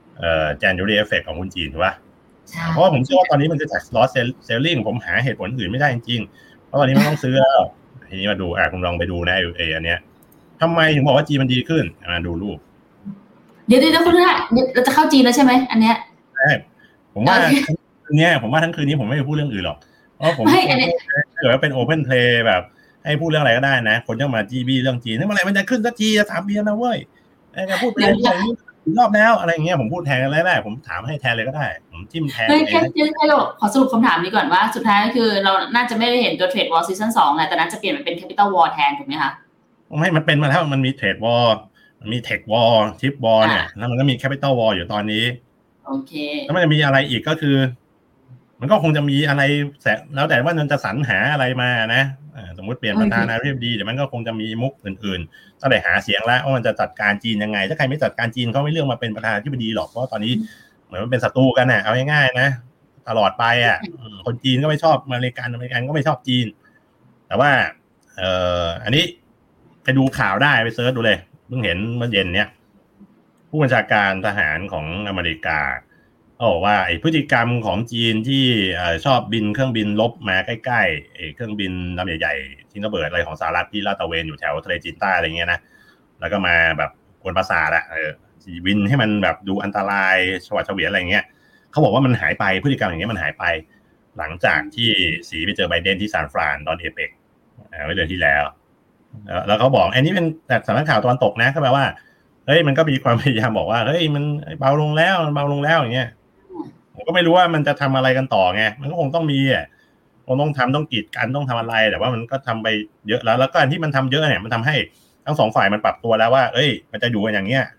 [SPEAKER 3] January effect ของหุ้นจีนถูกป่ะเพราะผมเชื่อว่าตอนนี้มันคือ tax loss selling ผมหาเหตุผลอื่นไม่ได้จริงๆเพราะตอนนี้มันต้องซื้อแล้วทีนี้มาดูคุณลองไปดูนะอันเนี้ยทำไมถึงบอกว่าจีนมันดีขึ้นมาดูรูป
[SPEAKER 2] เดี๋ยวคุณท่านเราจะเข้าจีนแล้วใช่ไหมอันเนี้ย
[SPEAKER 3] ใช่ผมว่าทั้งคืนนี้ผมไม่ไปพูดเรื่องอื่นหรอกเพราะผมเกิดว่าเป็น open play แบบให้พูดเรื่องอะไรก็ได้นะคนจะมาจีบีเรื่องจีนนี่เมื่อไหร่มันจะขึ้นสักทีจะ3 ปีแล้วนะเว้ยพูดไปเรื่อยรอบแล้วอะไรเงี้ยผมพูดแทนกันได้ผมถามให้แทนเลยก็ได้ผมจิ้มแทน
[SPEAKER 2] แค่ขอสรุปคำถามนี้ก่อนว่าสุดท้ายก็คือเราน่าจะไม่ได้เห็นตัว Trade War Season 2แหละแต่น่าจะเปลี่ยนเป็น Capital War แทนถูกไหมคะ
[SPEAKER 3] ไม่มันเป็นมาแล้วมันมี Trade War มันมี Tech War Chip War เนี่ยแล้วมันก็มี Capital War อยู่ตอนนี้
[SPEAKER 2] โอเค
[SPEAKER 3] แล้วมันจะมีอะไรอีกก็คือมันก็คงจะมีอะไรแล้วแต่ว่ามันจะสรรหาอะไรมานะสมมติเปลี่ยนประธานาธิบดีเดี๋ยวมันก็คงจะมีมุกอื่นๆต้องได้หาเสียงแล้วว่ามันจะจัดการจีนยังไงถ้าใครไม่จัดการจีนเขาไม่เลือกมาเป็นประธานาธิบดีหรอกเพราะตอนนี้เหมือนมันเป็นศัตรูกันนะเอาง่ายๆนะตลอดไปคนจีนก็ไม่ชอบอเมริกันก็ไม่ชอบจีนแต่ว่าอันนี้ไปดูข่าวได้ไปเซิร์ชดูเลยเพิ่งเห็นเมื่อเย็นเนี้ยผู้บัญชาการทหารของอเมริกาบอกว่าพฤติกรรมของจีนที่ชอบบินเครื่องบินลบมาใกล้ๆเครื่องบินลำใหญ่ๆทิ้งระเบิดอะไรของสหรัฐที่ลาดตระเวนอยู่แถวทะเลจีนใต้อะไรเงี้ยนะแล้วก็มาแบบกวนประสาทบินให้มันแบบดูอันตรายชวาเฉวียนอะไรเงี้ยเขาบอกว่ามันหายไปพฤติกรรมอย่างเงี้ยมันหายไปหลังจากที่สีไปเจอไบเดนที่ซานฟรานตอนเอเปกเมื่อเดือนที่แล้วแล้วเขาบอกอันนี้เป็นแต่สำนักข่าวตะวันตกนะก็แปลว่ามันก็มีความพยายามบอกว่ามันเบาลงแล้วอย่างเงี้ยผมก็ไม่รู้ว่ามันจะทำอะไรกันต่อไงมันก็คงต้องมีคงต้องทำต้องกีดกันต้องทำอะไรแต่ว่ามันก็ทำไปเยอะแล้วก็อันที่มันทำเยอะเนี่ยมันทำให้ทั้งสองฝ่ายมันปรับตัวแล้วว่ามันจะอยู่กันอย่างเงี้ย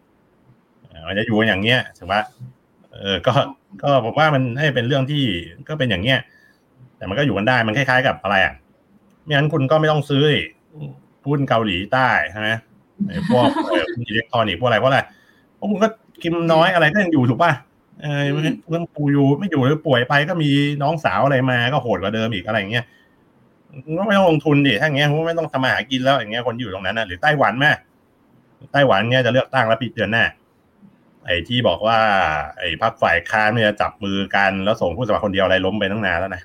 [SPEAKER 3] ถูกปะก็ผมว่ามันให้เป็นเรื่องที่ก็เป็นอย่างเงี้ยแแต่มันก็อยู่กันได้มันคล้ายๆกับอะไรไม่งั้นคุณก็ไม่ต้องซื้อหุ้นเกาหลีใต้ใช่ไหมพวกหุ้นอิเล็กทรอนิกส์พวกอะไรเพราะคุณก็กินน้อยอะไรก็ยังอยู่ถูกป่ะเรื่องปูอยู่ไม่อยู่หรือป่วยไปก็มีน้องสาวอะไรมาก็โหดกว่าเดิมอีกอะไรอย่างเงี้ยก็ไม่ต้องลงทุนดิถ้าอย่างเงี้ยคุณไม่ต้องทำมาหากินแล้วอย่างเงี้ยคนอยู่ตรงนั้นนะหรือไต้หวันไต้หวันเงี้ยจะเลือกตั้งแล้วปีเดือนหน้าไอ้ที่บอกว่าไอ้พรรคฝ่ายค้านเนี่ยจับมือกันแล้วส่งผู้สมัครคนเดียวอะไรล้มไปตั้งนานแล้วนะ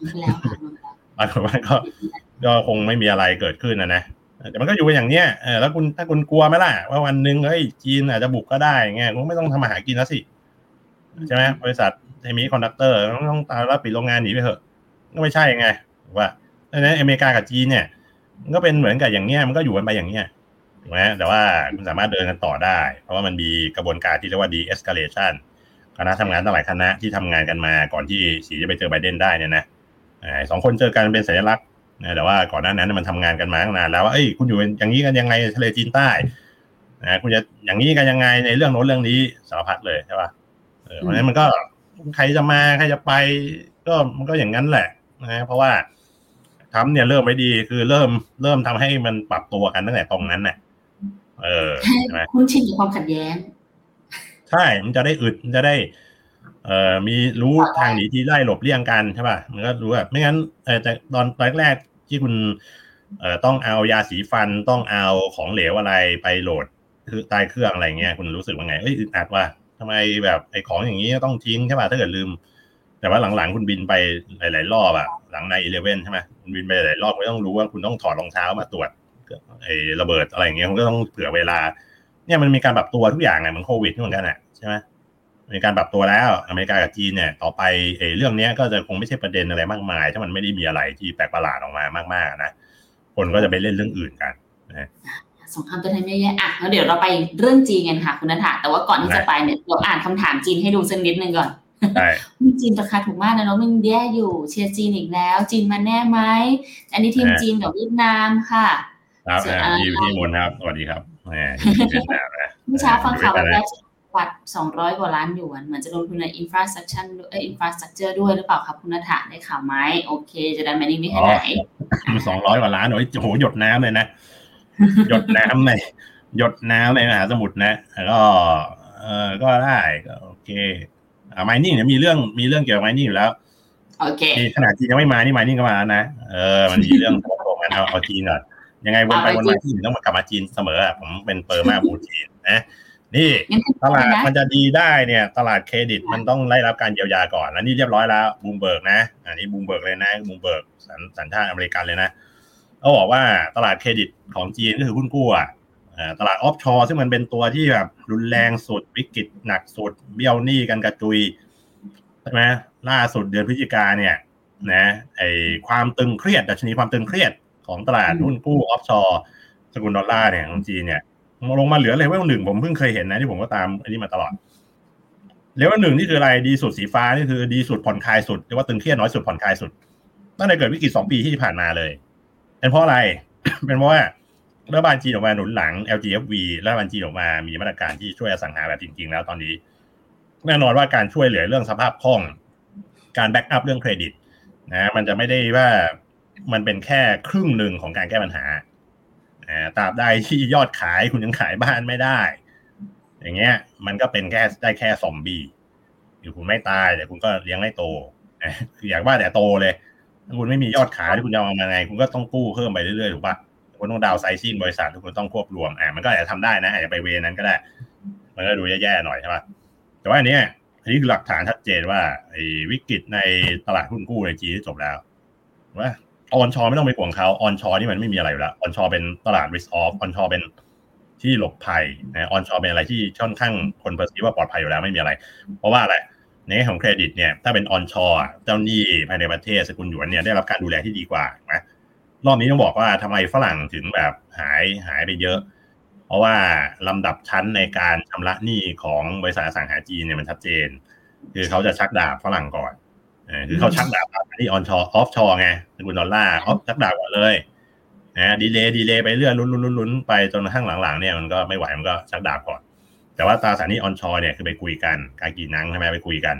[SPEAKER 3] แล้วก็คงไม่มีอะไรเกิดขึ้นนะแต่มันก็อยู่อย่างเนี้ยแล้วถ้าคุณกลัวไหมล่ะว่าวันนึงจีนอาจจะบุกก็ได้เงี้ยคุณไม่ต้องทำมาหากินแล้วสิใช่ไหมบริษัทเซมิคอนดักเตอร์ต้องตายแล้วปิดโรงงานหนีไปเถอะก็ไม่ใช่ไงว่าดังนั้นอเมริกากับจีนเนี่ยมันก็เป็นเหมือนกับอย่างเงี้ยมันก็อยู่กันไปอย่างเงี้ยถูกไหมแต่ว่าคุณสามารถเดินกันต่อได้เพราะว่ามันมีกระบวนการที่เรียกว่า de-escalation คณะทำงานตั้งหลายคณะที่ทำงานกันมาก่อนที่สีจะไปเจอไบเดนได้เนี่ยนะสองคนเจอกันเป็นสัญลักษณ์แต่ว่าก่อนหน้านั้นมันทำงานกันมาตั้งนานแล้วว่าคุณอยู่อย่างนี้กันยังไงทะเลจีนใต้คุณจะอย่างนี้กันยังไงในเรื่องโน้นเรื่องนี้สารพัดเลยใช่ป่ะเพราะฉะนั้นมันก็ใครจะมาใครจะไปมันก็อย่างนั้นแหละนะเพราะว่าทำเนี่ยเริ่มไม่ดีคือเริ่มทำให้มันปรับตัวกันตั้งแต่ตรงนั้นน่ะใช่ไหม
[SPEAKER 2] คุณชินกับความขัดแย้ง
[SPEAKER 3] ใช่มันจะได้มันจะได้มีรู้ทางหนีทีไล่หลบเลี่ยงกันใช่ป่ะมันก็รู้แบบไม่งั้นแต่ตอนแรกที่คุณต้องเอายาสีฟันต้องเอาของเหลวอะไรไปโหลดคือใต้เครื่องอะไรเงี้ยคุณรู้สึกว่าไงอึดอัดว่าทำไมแบบไอ้ของอย่างนี้ต้องทิ้งใช่ป่ะถ้าเกิดลืมแต่ว่าหลังๆคุณบินไปหลายๆรอบหลังใน11ใช่ไหมคุณบินไปหลายรอบก็ต้องรู้ว่าคุณต้องถอดรองเท้ามาตรวจไอ้ระเบิดอะไรอย่างเงี้ยคุณก็ต้องเผื่อเวลาเนี่ยมันมีการปรับตัวทุกอย่างไงเหมือนโควิดเหมือนกันใช่ไหมมีการปรับตัวแล้วอเมริกากับจีนเนี่ยต่อไปเรื่องนี้ก็จะคงไม่ใช่ประเด็นอะไรมากมายถ้ามันไม่ได้มีอะไรที่แปลกประหลาดออกมามากๆนะคนก็จะไปเล่นเรื่องอื่นกันนะ
[SPEAKER 2] สงครามตัวไทยไม่แย่แล้วเดี๋ยวเราไปเรื่องจีนกันค่ะคุณณัฐาแต่ว่าก่อนที่จะไปเนี่ยเราอ่านคำถามจีนให้ดูสักนิดนึงก่อนจีนราคาถูกมากนะแล้วมันแย่อยู่เชียร์จีนอีกแล้วจีนมาแน่ไหมอันนี้ทีมจีนกับเวียดนามค่ะ
[SPEAKER 3] ครับพี่มนครับสวัสดีครับเวียดนามนะ
[SPEAKER 2] เมื่อเช้าฟังข่าวว่าวัด200กว่าล้านหยวนเหมือนจะลงทุนใน infrastructure ด้วยหรือเปล่าครับคุณณัฐาได้ข่าวไหมโอเคจะได้แมนิ่งนี่แค่ไหน
[SPEAKER 3] 200กว่าล้านโอ้โหหยดน้ำเลยนะหยดน้ำในมหาสมุทรนะก็ได้ก็โอเคmining เนี่ยมีเรื่องเกี่ยวกับ mining อยู่แล้ว
[SPEAKER 2] โอเค
[SPEAKER 3] ขนาดจีนยังไม่มานี่ mining ก็มาแล้วนะมันมีเรื่องโตกันเอาจีนก่อนยังไงวนไปวนมาที่ต้องมากลับมาจีนเสมอผมเป็นเปอร์มาบูจีนนะนี่ตลาดมันจะดีได้เนี่ยตลาดเครดิตมันต้องได้รับการเยียวยาก่อนแล้วนี่เรียบร้อยแล้วบูมเบิร์กนะอันนี้บูมเบิร์กเลยนะบูมเบิร์กสัญชาติอเมริกันเลยนะเขาบอกว่าตลาดเครดิตของจีนก็คือหุ้นกู้ตลาดออฟชอร์ซึ่งมันเป็นตัวที่แบบรุนแรงสุดวิกฤตหนักสุดเบี้ยวหนี้กันกระจุยใช่ไหมล่าสุดเดือนพฤศจิกาเนี่ยนะไอความตึงเครียดดัชนีความตึงเครียดของตลาดหุ้นกู้ออฟชอร์สกุลดอลลาร์เนี่ยของจีนเนี่ยลงมาเหลือเลเวล1ผมเพิ่งเคยเห็นนะที่ผมก็ตามอันนี้มาตลอดเลเวล1นี่คืออะไรดีสุดสีฟ้านี่คือดีสุดผ่อนคลายสุดเรียกว่าตึงเครียดน้อยสุดผ่อนคลายสุดตั้งแต่เกิดวิกฤต2 ปีที่ผ่านมาเลยเป็นเพราะอะไร เป็นเพราะว่ารัฐบาลจีนออกมาหนุนหลัง LGFV รัฐบาลจีนออกมามีมาตรการที่ช่วยอสังหาแบบจริงๆแล้วตอนนี้แน่นอนว่าการช่วยเหลือเรื่องสภาพคล่องการแบ็กอัพเรื่องเครดิตนะมันจะไม่ได้ว่ามันเป็นแค่ครึ่งหนึ่งของการแก้ปัญหาตราบใดที่ยอดขายคุณยังขายบ้านไม่ได้อย่างเงี้ยมันก็เป็นได้แค่ซอมบี้อยู่คุณไม่ตายแต่คุณก็เลี้ยงไม่โตคืออยากว่าแต่โตเลยถ้าคุณไม่มียอดขายที่คุณจะเอามาไงคุณก็ต้องกู้เพิ่มไปเรื่อยๆถูกป่ะคุณต้องดาวไซซิ่งบริษัททุกคนต้องควบรวมมันก็อาจจะทำได้นะอาจจะไปเวนั้นก็ได้มันก็ดูแย่ๆหน่อยใช่ป่ะแต่ว่าอันนี้คือหลักฐานชัดเจนว่าไอ้วิกฤตในตลาดหุ้นกู้ในจีนที่จบแล้วว่าออนชอไม่ต้องไปห่วงเขาออนชอนี่มันไม่มีอะไรอยู่แล้วออนชอเป็นตลาด risk off ออนชอเป็นที่หลบภัยนะออนชอเป็นอะไรที่ค่อนข้างคนเพอร์ซีฟว่าปลอดภัยอยู่แล้วไม่มีอะไรเพราะว่าอะไรในของเครดิตเนี่ยถ้าเป็นออนชอเจ้าหนี้ภายในประเทศสกุลหยวนเนี่ยได้รับการดูแลที่ดีกว่านะรอบนี้ต้องบอกว่าทำไมฝรั่งถึงแบบหายไปเยอะเพราะว่าลำดับชั้นในการชำระหนี้ของบริษัทอสังหาจีนเนี่ยมันชัดเจนคือเขาจะชักดาบฝรั่งก่อนคือเขาชักดาบที่ออนชอออฟชอไงสกุลดอลลาร์ออฟชักดาบก่อนเลยนะดีเลย์ไปเรื่อยลุ้นไปจนข้างหลังๆเนี่ยมันก็ไม่ไหวมันก็ชักดาบก่อนแต่ว่าตราสารหนี้ออนชอเนี่ยคือไปคุยกันกากีนังใช่ไหมไปคุยกัน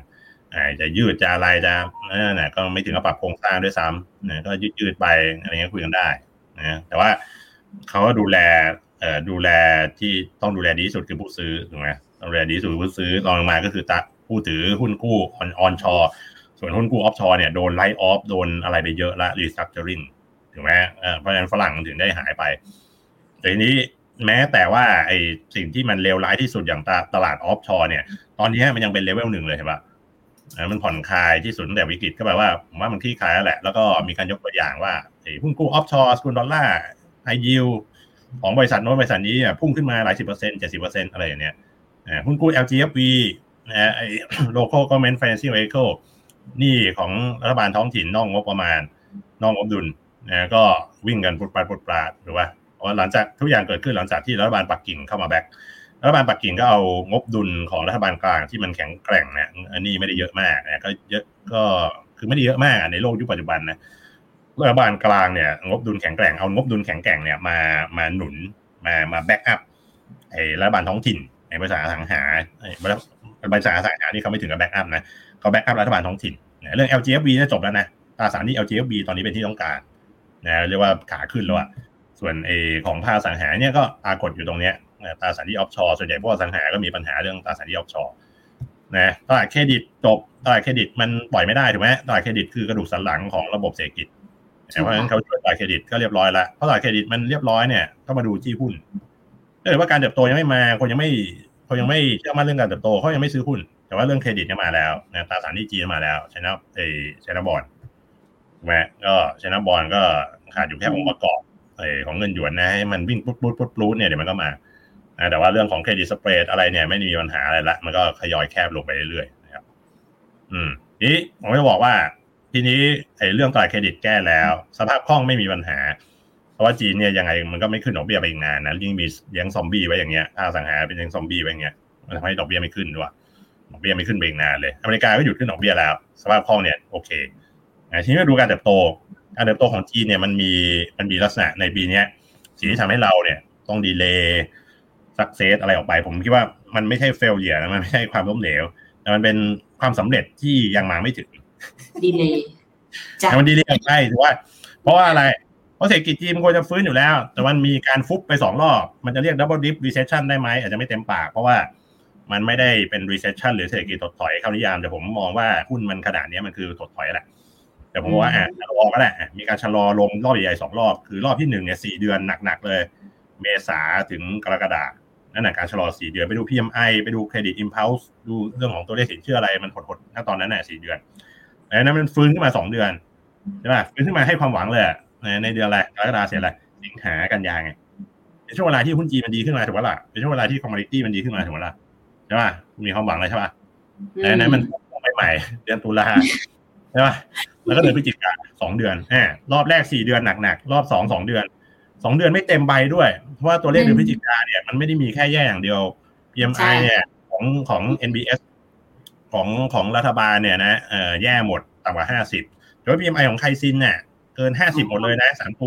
[SPEAKER 3] จะยืดจะอะไรจะนั่นแหละก็ไม่ถึงกับปรับโครงสร้างด้วยซ้ำนะก็ยืดไปอะไรเงี้ยคุยกันได้นะแต่ว่าเขาก็ดูแลที่ต้องดูแลดีที่สุดคือผู้ซื้อถูกไหมต้องดูแลดีที่สุดผู้ซื้อรองลงมาก็คือผู้ถือหุ้นกู้ออนชอร์ส่วนหุ้นกู้ออฟชอร์เนี่ยโดนไลท์ออฟโดนอะไรไปเยอะละรีสตรัคเจอริงถูกไหมเพราะฉะนั้นฝรั่งถึงได้หายไปแต่ทีนี้แม้แต่ว่าไอ้สิ่งที่มันเลวร้ายที่สุดอย่างตลาดออฟชอร์เนี่ยตอนนี้มันยังเป็นเลเวล 1เลยเห็นปะมันผ่อนคลายที่สุดตั้งแต่วิกฤตก็แปลว่าผมว่ามันคลี่คลายแล้วแหละแล้วก็มีการยกตัวอย่างว่าหุ้นกู้ออฟชอร์สกุลดอลลาร์ไฮยิลของบริษัทโน้นบริษัทนี้พุ่งขึ้นมาหลาย10% 70%อะไรอย่างเนี้ยหุ้นกู้ LGFV ไอ้ Local Government Financing Vehicle นี่ของรัฐบาลท้องถิ่นนอกงบประมาณนอกงบดุลก็วิ่งกันปุดปราดถูกป่ะเพราะหลังจากทุกอย่างเกิดขึ้นหลังจากที่รัฐบาลปักกิ่งเข้ามาแบ็ครัฐบาลปักกิ่งก็เอางบดุลของรัฐบาลกลางที่มันแข็งแกร่งนะอันนี้ไม่ได้เยอะมากก็เยอะก็คือไม่ได้เยอะมากในโลกยุคปัจจุบันนะรัฐบาลกลางเนี่ยงบดุลแข็งแกร่งเอางบดุลแข็งแกร่งเนี่ยมาหนุนมาแบ็กอัพไอ้รัฐบาลท้องถิ่นไอ้บริษัทอสังหาบริษัทอสังหานี่เขาไม่ถึงกับแบ็กอัพนะเขาแบ็กอัพรัฐบาลท้องถิ่นเรื่อง LGFV เนี่ยจบแล้วนะตราสารหนี้ LGFV ตอนนี้เป็นที่ต้องการนะเรียกว่าขาขึ้นแล้วอ่ะส่วนของภาคอสังหาเนี่ยก็ปรากฏอยู่ตรงเนี้ยตราสารหนี้ออฟชอร์ส่วนใหญ่พวกอสังหาก็มีปัญหาเรื่องตราสารหนี้ออฟชอร์นะตลาดเครดิตจบตลาดเครดิตมันปล่อยไม่ได้ถูกไหมตลาดเครดิตคือกระดูกสันหลังของระบบเศรษฐกิจเพราะฉะนั้นเขาช่วยตลาดเครดิตก็เรียบร้อยแล้วเพราะตลาดเครดิตมันเรียบร้อยเนี่ยก็มาดูจี้หุ้นถ้าเกิดว่าการเติบโตยังไม่มาคนยังไม่เชื่อมั่นเรื่องการเติบโตเขายังไม่ซื้อหุ้นแต่ว่าเรื่องเครดิตเนี่ยมาแล้วนะตราสารหนี้จีนมาแล้วไชน่าบอนด์ถูกไหมก็ไชน่าบอนด์ก็ขาดอยู่แค่องค์ประกอบของเงินหยวนนะให้มันวิ่งปุ๊บเนี่ยเดี๋ยวมันก็มาแต่ว่าเรื่องของเครดิตสเปรดอะไรเนี่ยไม่มีปัญหาอะไรละมันก็ทยอยแคบลงไปเรื่อยๆนะครับนี้ผมจะบอกว่าทีนี้เรื่องตลาดเครดิตแก้แล้วสภาพคล่องไม่มีปัญหาเพราะว่าจีนเนี่ยยังไงมันก็ไม่ขึ้นดอกเบี้ยไปอีกนานนะยิ่งมีเลี้ยงซอมบี้ไว้อย่างเงี้ยอสังหาเป็นเลี้ยงซอมบี้ไว้อย่างเงี้ยมันทำให้ดอกเบี้ยไม่ขึ้นด้วยดอกเบี้ยไม่ขึ้นไปอีกนานเลยอเมริกาก็หยุดขึ้นดอกเบี้ยแล้วสภาพคล่องเนี่ยโอเคทีนี้มาดูการเติบโตของจีนเนี่ยมันมีลักษณะในปีนี้สิ่งที่ทำให้เราเนี่ยต้องดีเลย์ซักเซสอะไรออกไปผมคิดว่ามันไม่ใช่เฟลเลียร์นะมันไม่ใช่ความล้มเหลวแต่มันเป็นความสำเร็จที่ยังมาไม่ถึง
[SPEAKER 2] ดีเลย
[SPEAKER 3] มันดีเลยใช่ถือว่าเพราะว่าอะไรเพราะเศรษฐกิจจีนมันควรจะฟื้นอยู่แล้วแต่มันมีการฟุบไป2รอบมันจะเรียก double dip recession ได้ไหมอาจจะไม่เต็มปากเพราะว่ามันไม่ได้เป็น recession หรือเศรษฐกิจถดถอยเข้านิยามแต่ผมมองว่าหุ้นมันขนาดนี้มันคือถดถอยแหละแต่ผมว่าชะลอก็แหละมีการชะลอลงรอบใหญ่ๆ2รอบคือรอบที่1เนี่ย4เดือนหนักๆเลยเมษาถึงกรกฎาคมนั่นแหละการชะลอ4เดือนไปดู PMI ไปดู Credit Impulse ดูเรื่องของตัวเลขสินเชื่ออะไรมันหดๆณตอนนั้นน่ะ4เดือนแล้วนั้นมันฟื้นขึ้นมา2เดือนใช่ป่ะฟื้นขึ้นมาให้ความหวังเลยในเดือนอะไรกรกฎาคมเสร็จอะไรสิงหากันยาไงเป็นช่วงเวลาที่หุ้นจีนมันดีขึ้นมาถูกป่ะล่ะเป็นช่วงเวลาที่คอมมอดิตี้มันดีขึ้นมาถูกป่ะล่ะใช่ป่ะมีความหวังเลยใช่ป่ะนั้นมันใหม่เดือนตุลาใช่ป่ะแล้วก็เดือนพฤศจิกายน2เดือนรอบแรก4เดือนหนักๆรอบ2เดือน2เดือนไม่เต็มใบด้วยเพราะว่าตัวเลขเดือนพฤศจิกายนเนี่ยมันไม่ได้มีแค่แย่อย่างเดียว PMI เนี่ยของ NBS ของรัฐบาลเนี่ยนะแย่หมดต่ำกว่า50โดย PMI ของไคซินเนี่ยเกิน50หมดเลยนะ3ตัว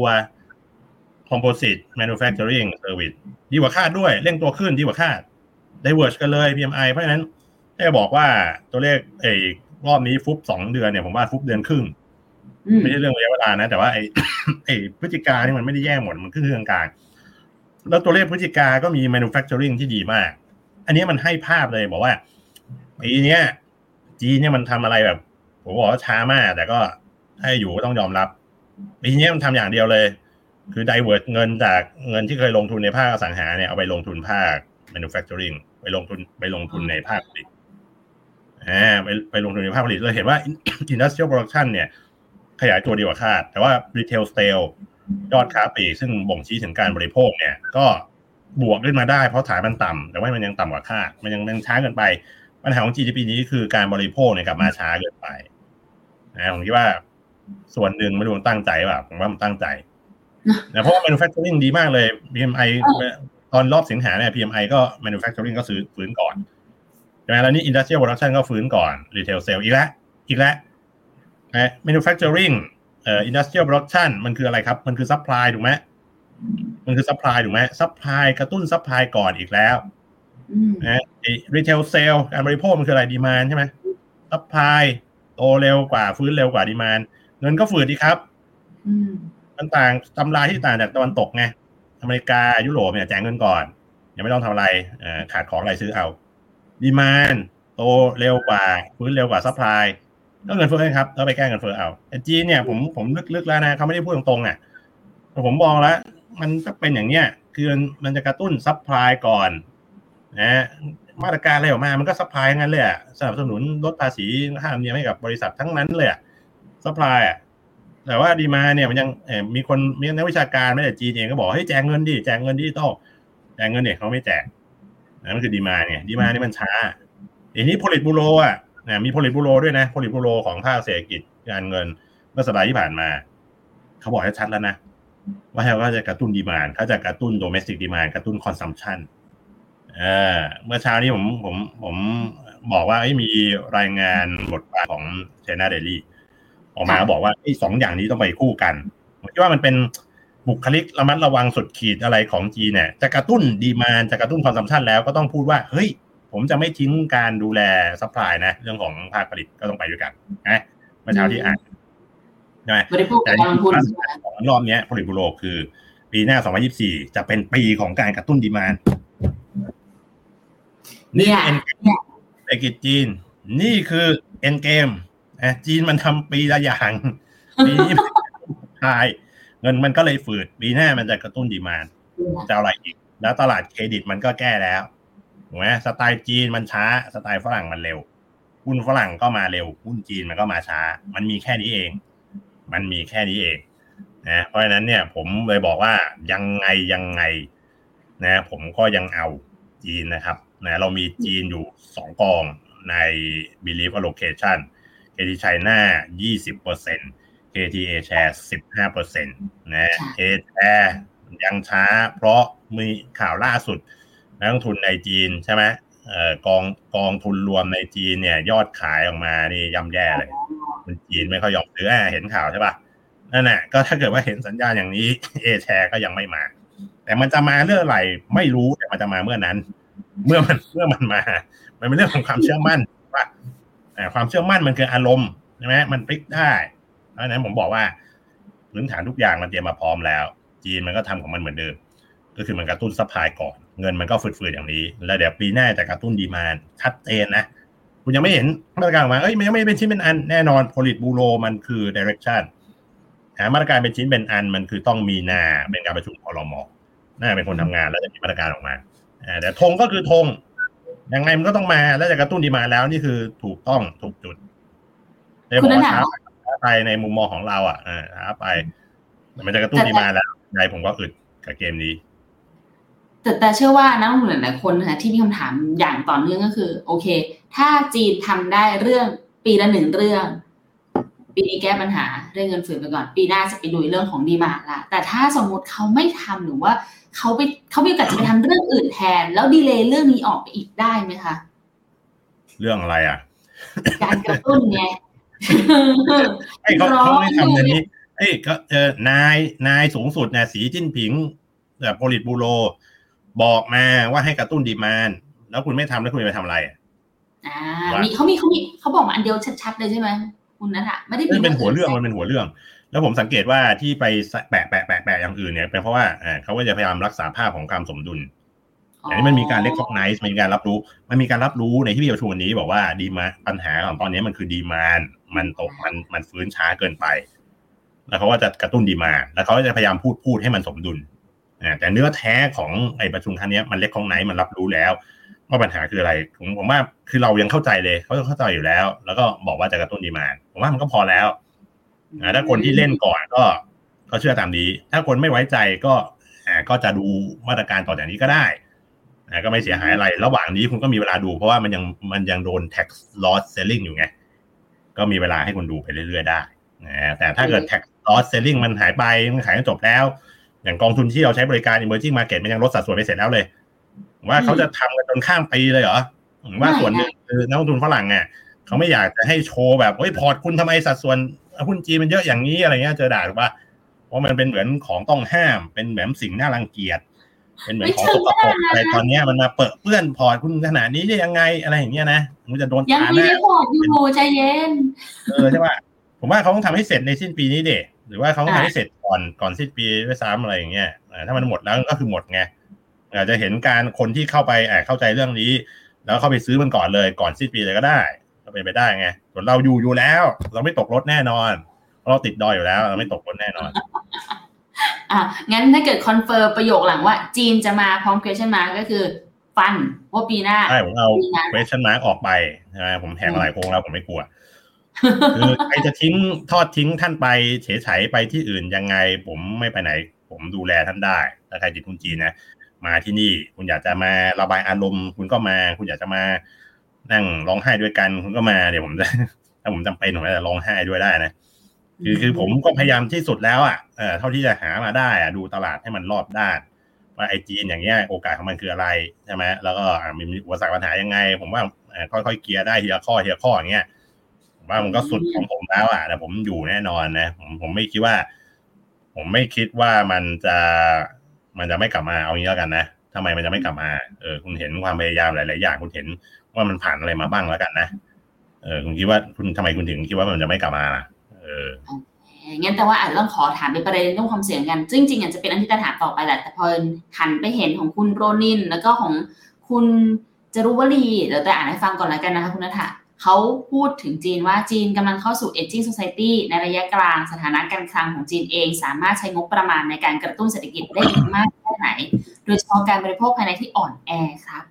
[SPEAKER 3] Composite Manufacturing Service ดีกว่าคาดด้วยเร่งตัวขึ้นดีกว่าคาด Diverge กันเลย PMI เพราะฉะนั้นได้บอกว่าตัวเลขรอบนี้ฟุบ2เดือนเนี่ยผมว่าฟุบเดือนครึ่งไม่ใช่เรื่องระยะเวลานะแต่ว่าพฤศจิกานี่มันไม่ได้แย่หมดมันครึ่งกลางแล้วตัวเลขพฤศจิกาก็มี manufacturing ที่ดีมากอันนี้มันให้ภาพเลยบอกว่าปีนี้จีนเนี่ยมันทำอะไรแบบผมบอกว่าช้ามากแต่ก็ให้อยู่ก็ต้องยอมรับปีนี้มันทำอย่างเดียวเลยคือ divert เงินจากเงินที่เคยลงทุนในภาคอสังหาเนี่ยเอาไปลงทุนภาค manufacturing ไปลงทุนในภาคผลิตไปลงทุนในภาคผลิตเราเห็นว่า industrial production เนี่ยขยายตัวดีกว่าคาดแต่ว่า retail sale ยอดค้าปลีกซึ่งบ่งชี้ถึงการบริโภคเนี่ยก็บวกขึ้นมาได้เพราะฐานมันต่ำแต่ว่ามันยังต่ำกว่าคาดมันยังช้าเกินไปปัญหาของ GDP นี้คือการบริโภคเนี่ยกลับมาช้าเกินไปผมคิดว่าส่วนหนึ่งไม่รู้ตั้งใจป่ะผมว่ามันตั้งใจนะเพราะว่า manufacturing ดีมากเลย PMI ตอนรอบสิงหาเนี่ย PMI ก็ manufacturing ก็ฟื้นก่อนใช่ไหมแล้วนี่ industrial production ก็ฟื้นก่อน retail sale อีกแล้วmanufacturing industrial production มันคืออะไรครับมันคือ supply ถูกไหมมันคือ supply ถูกไหม supply กระตุ้น supply ก่อนอีกแล้วretail sale การบริโภคมันคืออะไร demand ใช่ไหมซัพพลายโตเร็วกว่าฟื้นเร็วกว่าดีมานด์เงินก็ฝืดดีครับมันต่างตำราที่ต่างจากตะวันตกไงอเมริกายุโรปเนี่ยแจกเงินก่อนยังไม่ต้องทำอะไรขาดของอะไรซื้อเอาดีมานด์โตเร็วกว่าฟื้นเร็วกว่าซัพพลายก็เงินเฟ้อครับก็ไปแก้เงินเฟ้อเอาแต่จีนเนี่ยผมลึกๆแล้วนะเขาไม่ได้พูดตรงๆอ่ะผมบอกแล้วมันก็เป็นอย่างเนี้ยคือมันจะกระตุ้นซัพพลายก่อนนะมาตรการอะไรออกมามันก็ซัพพลายงั้นเลยอ่ะสนับสนุนลดภาษีค่าธรรมเนียมให้กับบริษัททั้งนั้นเลยอ่ะซัพพลายอ่ะแต่ว่าดีมาเนี่ยมันยังมีนักวิชาการไม่แต่จีนเองก็บอกให้แจกเงินดิแจกเงินดิต้องแจกเงินเนี่ยเขาไม่แจกนั่นคือดีมาเนี่ยดีมานี่มันช้าทีนี้โพลิตบูโรอ่ะมีโพลิตบูโรด้วยนะโพลิตบูโรของภาคเศรษฐกิจการเงินเมื่อสัปดาห์ที่ผ่านมาเขาบอกชัดแล้วนะว่าเขาจะกระตุ้นดีมานด์เขาจะกระตุ้นโดเมสติกดีมานด์กระตุ้นคอนซัมชันเมื่อเช้านี้ผมบอกว่ามีรายงานบทความของ China Daily ออกมาบอกว่าไอ้2อย่างนี้ต้องไปคู่กันผมคิดว่ามันเป็นบุคลิกระมัดระวังสุดขีดอะไรของจีนเนี่ยจะกระตุ้นดีมานด์จะกระตุ้นคอนซัมชันแล้วก็ต้องพูดว่าเฮ้ยผมจะไม่ทิ้งการดูแลซัพพลายนะเรื่องของภาคผลิตก็ต้องไปด้วยกันนะเมื่อเช้าที่อ่านใช่ไหมแต่ของรอบนี้โพลิตบูโรคือปีหน้า2024จะเป็นปีของการกระตุ้นดีมานด์นี่เป็นเศรษฐกิจจีนนี่คือเอ็นเกมจีนมันทำปีละอย่างปีนี้ทายเงินมันก็เลยฝืดปีหน้ามันจะกระตุ้นดีมานด์จะอะไรอีกแล้วตลาดเครดิตมันก็แก้แล้วถูกไหมสไตล์จีนมันช้าสไตล์ฝรั่งมันเร็วหุ้นฝรั่งก็มาเร็วหุ้นจีนมันก็มาช้ามันมีแค่นี้เองนะเพราะฉะนั้นเนี่ยผมเลยบอกว่ายังไงนะผมก็ยังเอาจีนนะครับนะเรามีจีนอยู่2กองใน Belief Allocation KT China 20% KTA Share 15% นะ Share ยังช้าเพราะมีข่าวล่าสุดนักลงทุนในจีนใช่ไหมกองทุนรวมในจีนเนี่ยยอดขายออกมานี่ย่ำแย่เลยคนจีนไม่ค่อยยอมซื้อเห็นข่าวใช่ป่ะนั่นแหละก็ถ้าเกิดว่าเห็นสัญญาณอย่างนี้ A-share ก็ยังไม่มาแต่มันจะมาเมื่อไหร่ไม่รู้แต่มันจะมาเมื่อนั้นเมื่อมันมามันเป็นเรื่องของความเชื่อมั่นว่าความเชื่อมั่นมันคืออารมณ์ใช่ไหมมันพลิกได้เพราะฉะนั้นผมบอกว่าพื้นฐานทุกอย่างมันเตรียมมาพร้อมแล้วจีนมันก็ทำของมันเหมือนเดิมก็คือมันกระตุ้นซัพพลายก่อนเงินมันก็ฝืดๆอย่างนี้แล้วเดี๋ยวปีหน้าจะกระตุ้นดีมานด์ชัดเจนนะคุณยังไม่เห็นมาตรการออกมามันยังไม่เป็นชิ้นเป็นอันแน่นอนโพลิตบูโรมันคือ direction มาตรการเป็นชิ้นเป็นอันมันคือต้องมีหน้าเป็นการประชุมครม.น่าเป็นคนทำงานแล้วจะมีมาตรการออกมาแต่ธงก็คือธงยังไงมันก็ต้องมาแล้วจะกระตุ้นดีมานด์แล้วนี่คือถูกต้องถูกจุดแต่บอกว่าช้าไปในมุมมองของเราช้าไปมันจะกระตุ้นดีมานด์แล้วไงผมก็อึดกับเกมนี้
[SPEAKER 2] แต่เชื่อว่านักลงทุนหลายๆคนนะคะที่มีคำถามอย่างต่อเนื่องก็คือโอเคถ้าจีนทำได้เรื่องปีละ1เรื่องปีนี้แก้ปัญหาเรื่องเงินฝืดไปก่อนปีหน้าจะไปดูเรื่องของดีมานด์ละแต่ถ้าสมมติเขาไม่ทำหรือว่าเขามีโอกาสจะไปทำเรื่องอื่นแทนแล้วดีเลย์เรื่องนี้ออกไปอีกได้ไหมคะ
[SPEAKER 3] เรื่องอะไร
[SPEAKER 2] การกระตุ้นไง
[SPEAKER 3] เขาไม่ทำอันนี้ก็นายสูงสุดนะสีจิ้นผิงแบบโพลิตบูโรบอกมาว่าให้กระตุ้นดีมานด์แล้วคุณไม่ทำแล้วคุณจะไปทำอะไร
[SPEAKER 2] เขาบอกมาอันเดียวชัดๆเลยใช่ไหมคุณนัทไม่ได้
[SPEAKER 3] เป็นหัวเรื่องมันเป็นหัวเรื่องแล้วผมสังเกตว่าที่ไปแปะอย่างอื่นเนี่ยเป็นเพราะว่าเขาก็จะพยายามรักษาภาพของความสมดุลอย่างนี้มันมีการrecognizeมันมีการรับรู้ในที่ประชุมวันนี้บอกว่าดีมาปัญหาของตอนนี้มันคือดีมานด์มันตกมันฟื้นช้าเกินไปแล้วเขาก็จะกระตุ้นดีมานด์แล้วเขาก็จะพยายามพูดให้มันสมดุลแต่เนื้อแท้ของไอ้ประชุมครั้งนี้มันrecognizeมันรับรู้แล้วว่าปัญหาคืออะไรผมว่าคือเรายังเข้าใจเลยเขาเข้าใจอยู่แล้วแล้วก็บอกว่าจะกระตุ้นดีมานด์ผมว่ามันก็พอแล้วถ้าคนที่เล่นก่อนก็เชื่อตามนี้ถ้าคนไม่ไว้ใจก็จะดูมาตรการต่อจากนี้ก็ได้ก็ไม่เสียหายอะไรระหว่างนี้คุณก็มีเวลาดูเพราะว่ามันยังโดน tax loss selling อยู่ไงก็มีเวลาให้คุณดูไปเรื่อยๆได้แต่ถ้าเกิด tax loss selling มันหายไปมันขายจบแล้วอย่างกองทุนที่เราใช้บริการ emerging market มันยังลดสัดส่วนไปเสร็จแล้วเลยว่าเขาจะทำกันจนข้ามปีเลยเหรอว่าส่วนหนึ่งคือนักลงทุนฝรั่งเขาไม่อยากจะให้โชว์แบบพอร์ตคุณทำไมสัดส่วนหุ้นจีนมันเยอะอย่างนี้อะไรเงี้ยเจอด่าถูกป่ะเพราะมันเป็นเหมือนของต้องห้ามเป็นแบบสิ่งน่ารังเกียจเป็นเหมือนของสกปรกอะไรตอนนี้มันมาเปื้อนพอร์ตคุณขนาดนี้ได้ยังไงอะไรอย่างเงี้ยนะมันจะโดน
[SPEAKER 2] ยังมีรีพอร์ตอยู่ใจเย็น
[SPEAKER 3] ใช่ป่ะผมว่าเขาต้องทำให้เสร็จในสิ้นปีนี้เด็หรือว่าเขาต้องทำให้เสร็จก่อนสิ้นปีด้วยซ้ำอะไรอย่างเงี้ยถ้ามันหมดแล้วก็คือหมดไงอาจจะเห็นการคนที่เข้าไปเข้าใจเรื่องนี้แล้วเข้าไปซื้อมันก่อนเลยก่อนสิ้นปีเลยก็ได้ก็เป็นไปได้ไงส่วนเราอยู่แล้วเราไม่ตกรถแน่นอนเพราะเราติดดอยอยู่แล้วเราไม่ตกรถแน่นอน
[SPEAKER 2] งั้นถ้าเกิดคอนเฟิร์มประโยคหลังว่าจีนจะมาพร้อม question mark ก็คือฟันว่าปีหน้า
[SPEAKER 3] ใช่ผมเอา question mark ออกไปใช่ไหมผมแหงหลายโค้งแล้วผมไม่กลัวคือใครจะทอดทิ้งท่านไปเฉยๆไปที่อื่นยังไงผมไม่ไปไหนผมดูแลท่านได้ถ้าใครติดทุนจีนนะมาที่นี่คุณอยากจะมาระบายอารมณ์คุณก็มาคุณอยากจะมานั่งร้องไห้ด้วยกันคุณก็มาเดี๋ยวผมจะถ้าผมจำเป็นผมจะร้องไห้ด้วยได้นะคือผมก็พยายามที่สุดแล้วเท่าที่จะหามาได้ดูตลาดให้มันรอบด้านว่าไอจีนอย่างเงี้ยโอกาสของมันคืออะไรใช่ไหมแล้วก็มีอุปสรรคปัญหายังไงผมว่าค่อยๆเกียร์ได้ทีละข้ออย่างเงี้ยผมว่ามันก็สุดของผมแล้วแต่ผมอยู่แน่นอนนะผมไม่คิดว่ามันจะไม่กลับมาเอางี้แล้วกันนะทำไมมันจะไม่กลับมาคุณเห็นความพยายามหลายๆอย่างคุณเห็นว่ามันผ่านอะไรมาบ้างแล้วกันนะคุณคิดว่าทำไมคุณถึงคิดว่ามันจะไม่กลับมา
[SPEAKER 2] งั้นแต่ว่าอาจจะต้องขอถามเป็นประเด็นเรื่องความเสี่ยงกันซึ่งจริงๆอาจจะเป็นอันที่จะถามต่อไปแหละแต่พอหันไปเห็นของคุณโรนินแล้วก็ของคุณจรุวลีเดี๋ยวแต่อ่านให้ฟังก่อนแล้วกันนะคะคุณณฐาเขาพูดถึงจีนว่าจีนกำลังเข้าสู่ Aging Society ในระยะกลางสถานะการคลังของจีนเองสามารถใช้งบประมาณในการกระตุ้นเศรษฐกิจได้มากแค่ไหนโดยเฉพาะการบริโภคภายในที่อ่อนแอครับ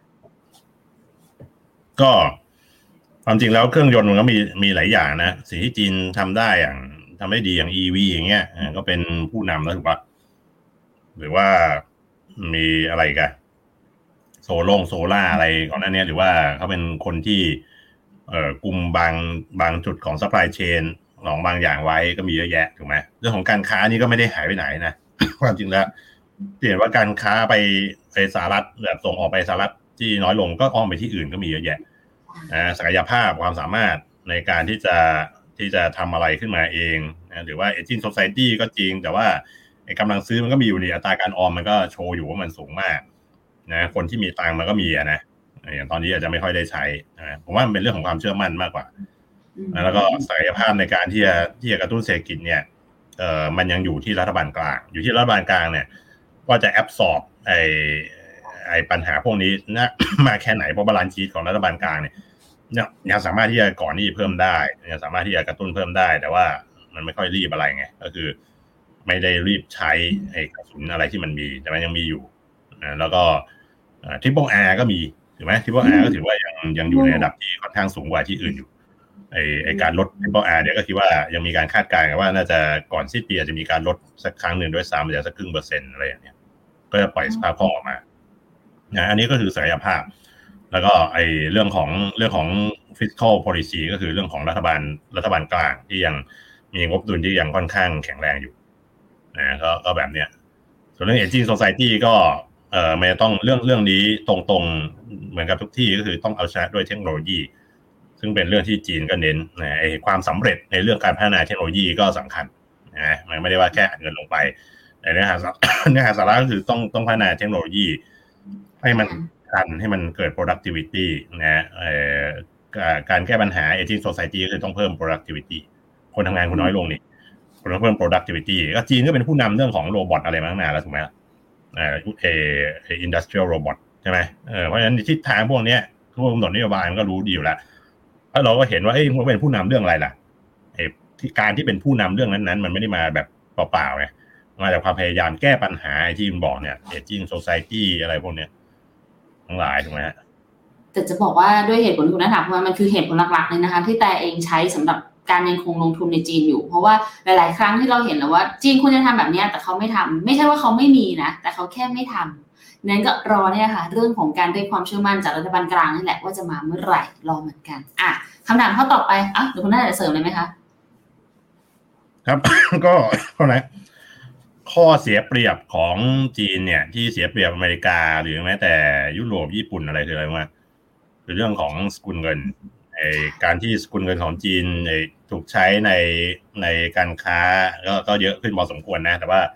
[SPEAKER 3] ก็ความจริงแล้วเครื่องยนต์มันก็มีหลายอย่างนะสิ่งที่จีนทำได้ทำได้ดีอย่าง EV อย่างเงี้ยก็เป็นผู้นำแล้วถูกปะหรือว่ามีอะไรกันโซล่าอะไรก่อนหน้านี้หรือว่าเขาเป็นคนที่กลุ่มบางจุดของ supply chain ของบางอย่างไว้ก็มีเยอะแยะถูกไหมเรื่องของการค้านี่ก็ไม่ได้หายไปไหนนะ ความจริงแล้วเห็นว่าการค้าไปสหรัฐแบบส่งออกไปสหรัฐที่น้อยลงก็อ้อมไปที่อื่นก็มีเยอะแยะศักยภาพความสามารถในการที่จะทำอะไรขึ้นมาเองหรือว่า Aging Society ก็จริงแต่ว่ากำลังซื้อมันก็มีอยู่ในอัตราการออมมันก็โชว์อยู่ว่ามันสูงมากนะคนที่มีตังค์มันก็มีนะอย่างตอนนี้อาจจะไม่ค่อยได้ใช้ผมว่ามันเป็นเรื่องของความเชื่อมั่นมากกว่าแล้วก็ศักยภาพในการที่จะกระตุ้นเศรษฐกิจเนี่ยมันยังอยู่ที่รัฐบาลกลางอยู่ที่รัฐบาลกลางเนี่ยว่าจะแอบสอบไอ้ปัญหาพวกนี้นะมาแค่ไหนเพราะบาลานซ์ชีทของรัฐบาลกลางเนี่ยยังสามารถที่จะก่อนหนี้เพิ่มได้ยังสามารถที่จะกระตุ้นเพิ่มได้แต่ว่ามันไม่ค่อยรีบอะไรไงก็คือไม่ได้รีบใช้ไอ้กระสุนอะไรที่มันมีแต่มันยังมีอยู่แล้วก็Triple Rก็มีถูกไหมTriple Rก็ถือว่ายังอยู่ในระดับที่ค่อนข้างสูงกว่าที่อื่นอยู่ไอ้การลด Triple R เนี่ยก็คิดว่ายังมีการคาดการณ์กันว่าน่าจะก่อนสิ้นปีอาจจะมีการลดสักครั้งหนึ่งด้วยซ้ำอาจจะสัก0.5%อะไรอย่างเงี้ยก็จะปล่อยสภาพคล่องออกมาอันนี้ก็คือศักยภาพแล้วก็ไอ้เรื่องของ fiscal policy ก็คือเรื่องของรัฐบาลกลางที่ยังมีงบดุลที่ยังค่อนข้างแข็งแรงอยู่ก็แบบเนี้ยส่วนเรื่อง Aging Society ก็ไม่ต้องเรื่องนี้ตรงๆเหมือนกับทุกที่ก็คือต้องเอาชนะด้วยเทคโนโลยีซึ่งเป็นเรื่องที่จีนก็เน้นไอ้ความสำเร็จในเรื่องการพัฒนาเทคโนโลยีก็สำคัญนะมันไม่ได้ว่าแค่อัดเงินลงไปแต่เนื้อหาสาระก็คือต้องพัฒนาเทคโนโลยีให้มันทันให้มันเกิด productivity นะการแก้ปัญหา Aging Society ก็คือต้องเพิ่ม productivity คนทำงานคนน้อยลงนี่คนต้องเพิ่ม productivity ก็จีนก็เป็นผู้นำเรื่องของโรบอทอะไรมาตั้งนานแล้วถูกไหมindustrial robot ใช่ไหมเพราะฉะนั้นทิศทางพวกนี้ผู้กำหนดนโยบายมันก็รู้ดีอยู่แล้วถ้าเราก็เห็นว่ามันเป็นผู้นำเรื่องอะไรล่ะที่การที่เป็นผู้นำเรื่องนั้นๆมันไม่ได้มาแบบเปล่าๆไงมาจากความพยายามแก้ปัญหาที่คุณบอกเนี่ย Aging Society อะไรพวกนี้ทั้งหลายถูกไหมฮะ
[SPEAKER 2] แต่จะบอกว่าด้วยเหตุผลคุณณฐาเพราะว่ามันคือเหตุผลหลักๆเลยนะคะที่แต่เองใช้สำหรับการยังคงลงทุนในจีนอยู่เพราะว่าหลายๆครั้งที่เราเห็นแล้วว่าจีนควรจะทำแบบนี้แต่เขาไม่ทำไม่ใช่ว่าเขาไม่มีนะแต่เขาแค่ไม่ทำนั้นก็รอเนี่ยค่ะเรื่องของการเรียกความเชื่อมั่นจากรัฐบาลกลางนี่แหละว่าจะมาเมื่อไหร่รอเหมือนกันคำถามข้อต่อไปเดี๋ยวคุณน่าจะเสริมเลยไหมคะ
[SPEAKER 3] ครับ ก็เท่านั้นข้อเสียเปรียบของจีนเนี่ยที่เสียเปรียบอเมริกาหรือแม้แต่ยุโรปญี่ปุ่นอะไรคืออะไรวะคือเรื่องของสกุลเงินการที่สกุลเงินของจีนถูกใช้ในการค้าก็เยอะขึ้นพอสมควรนะแต่ว่า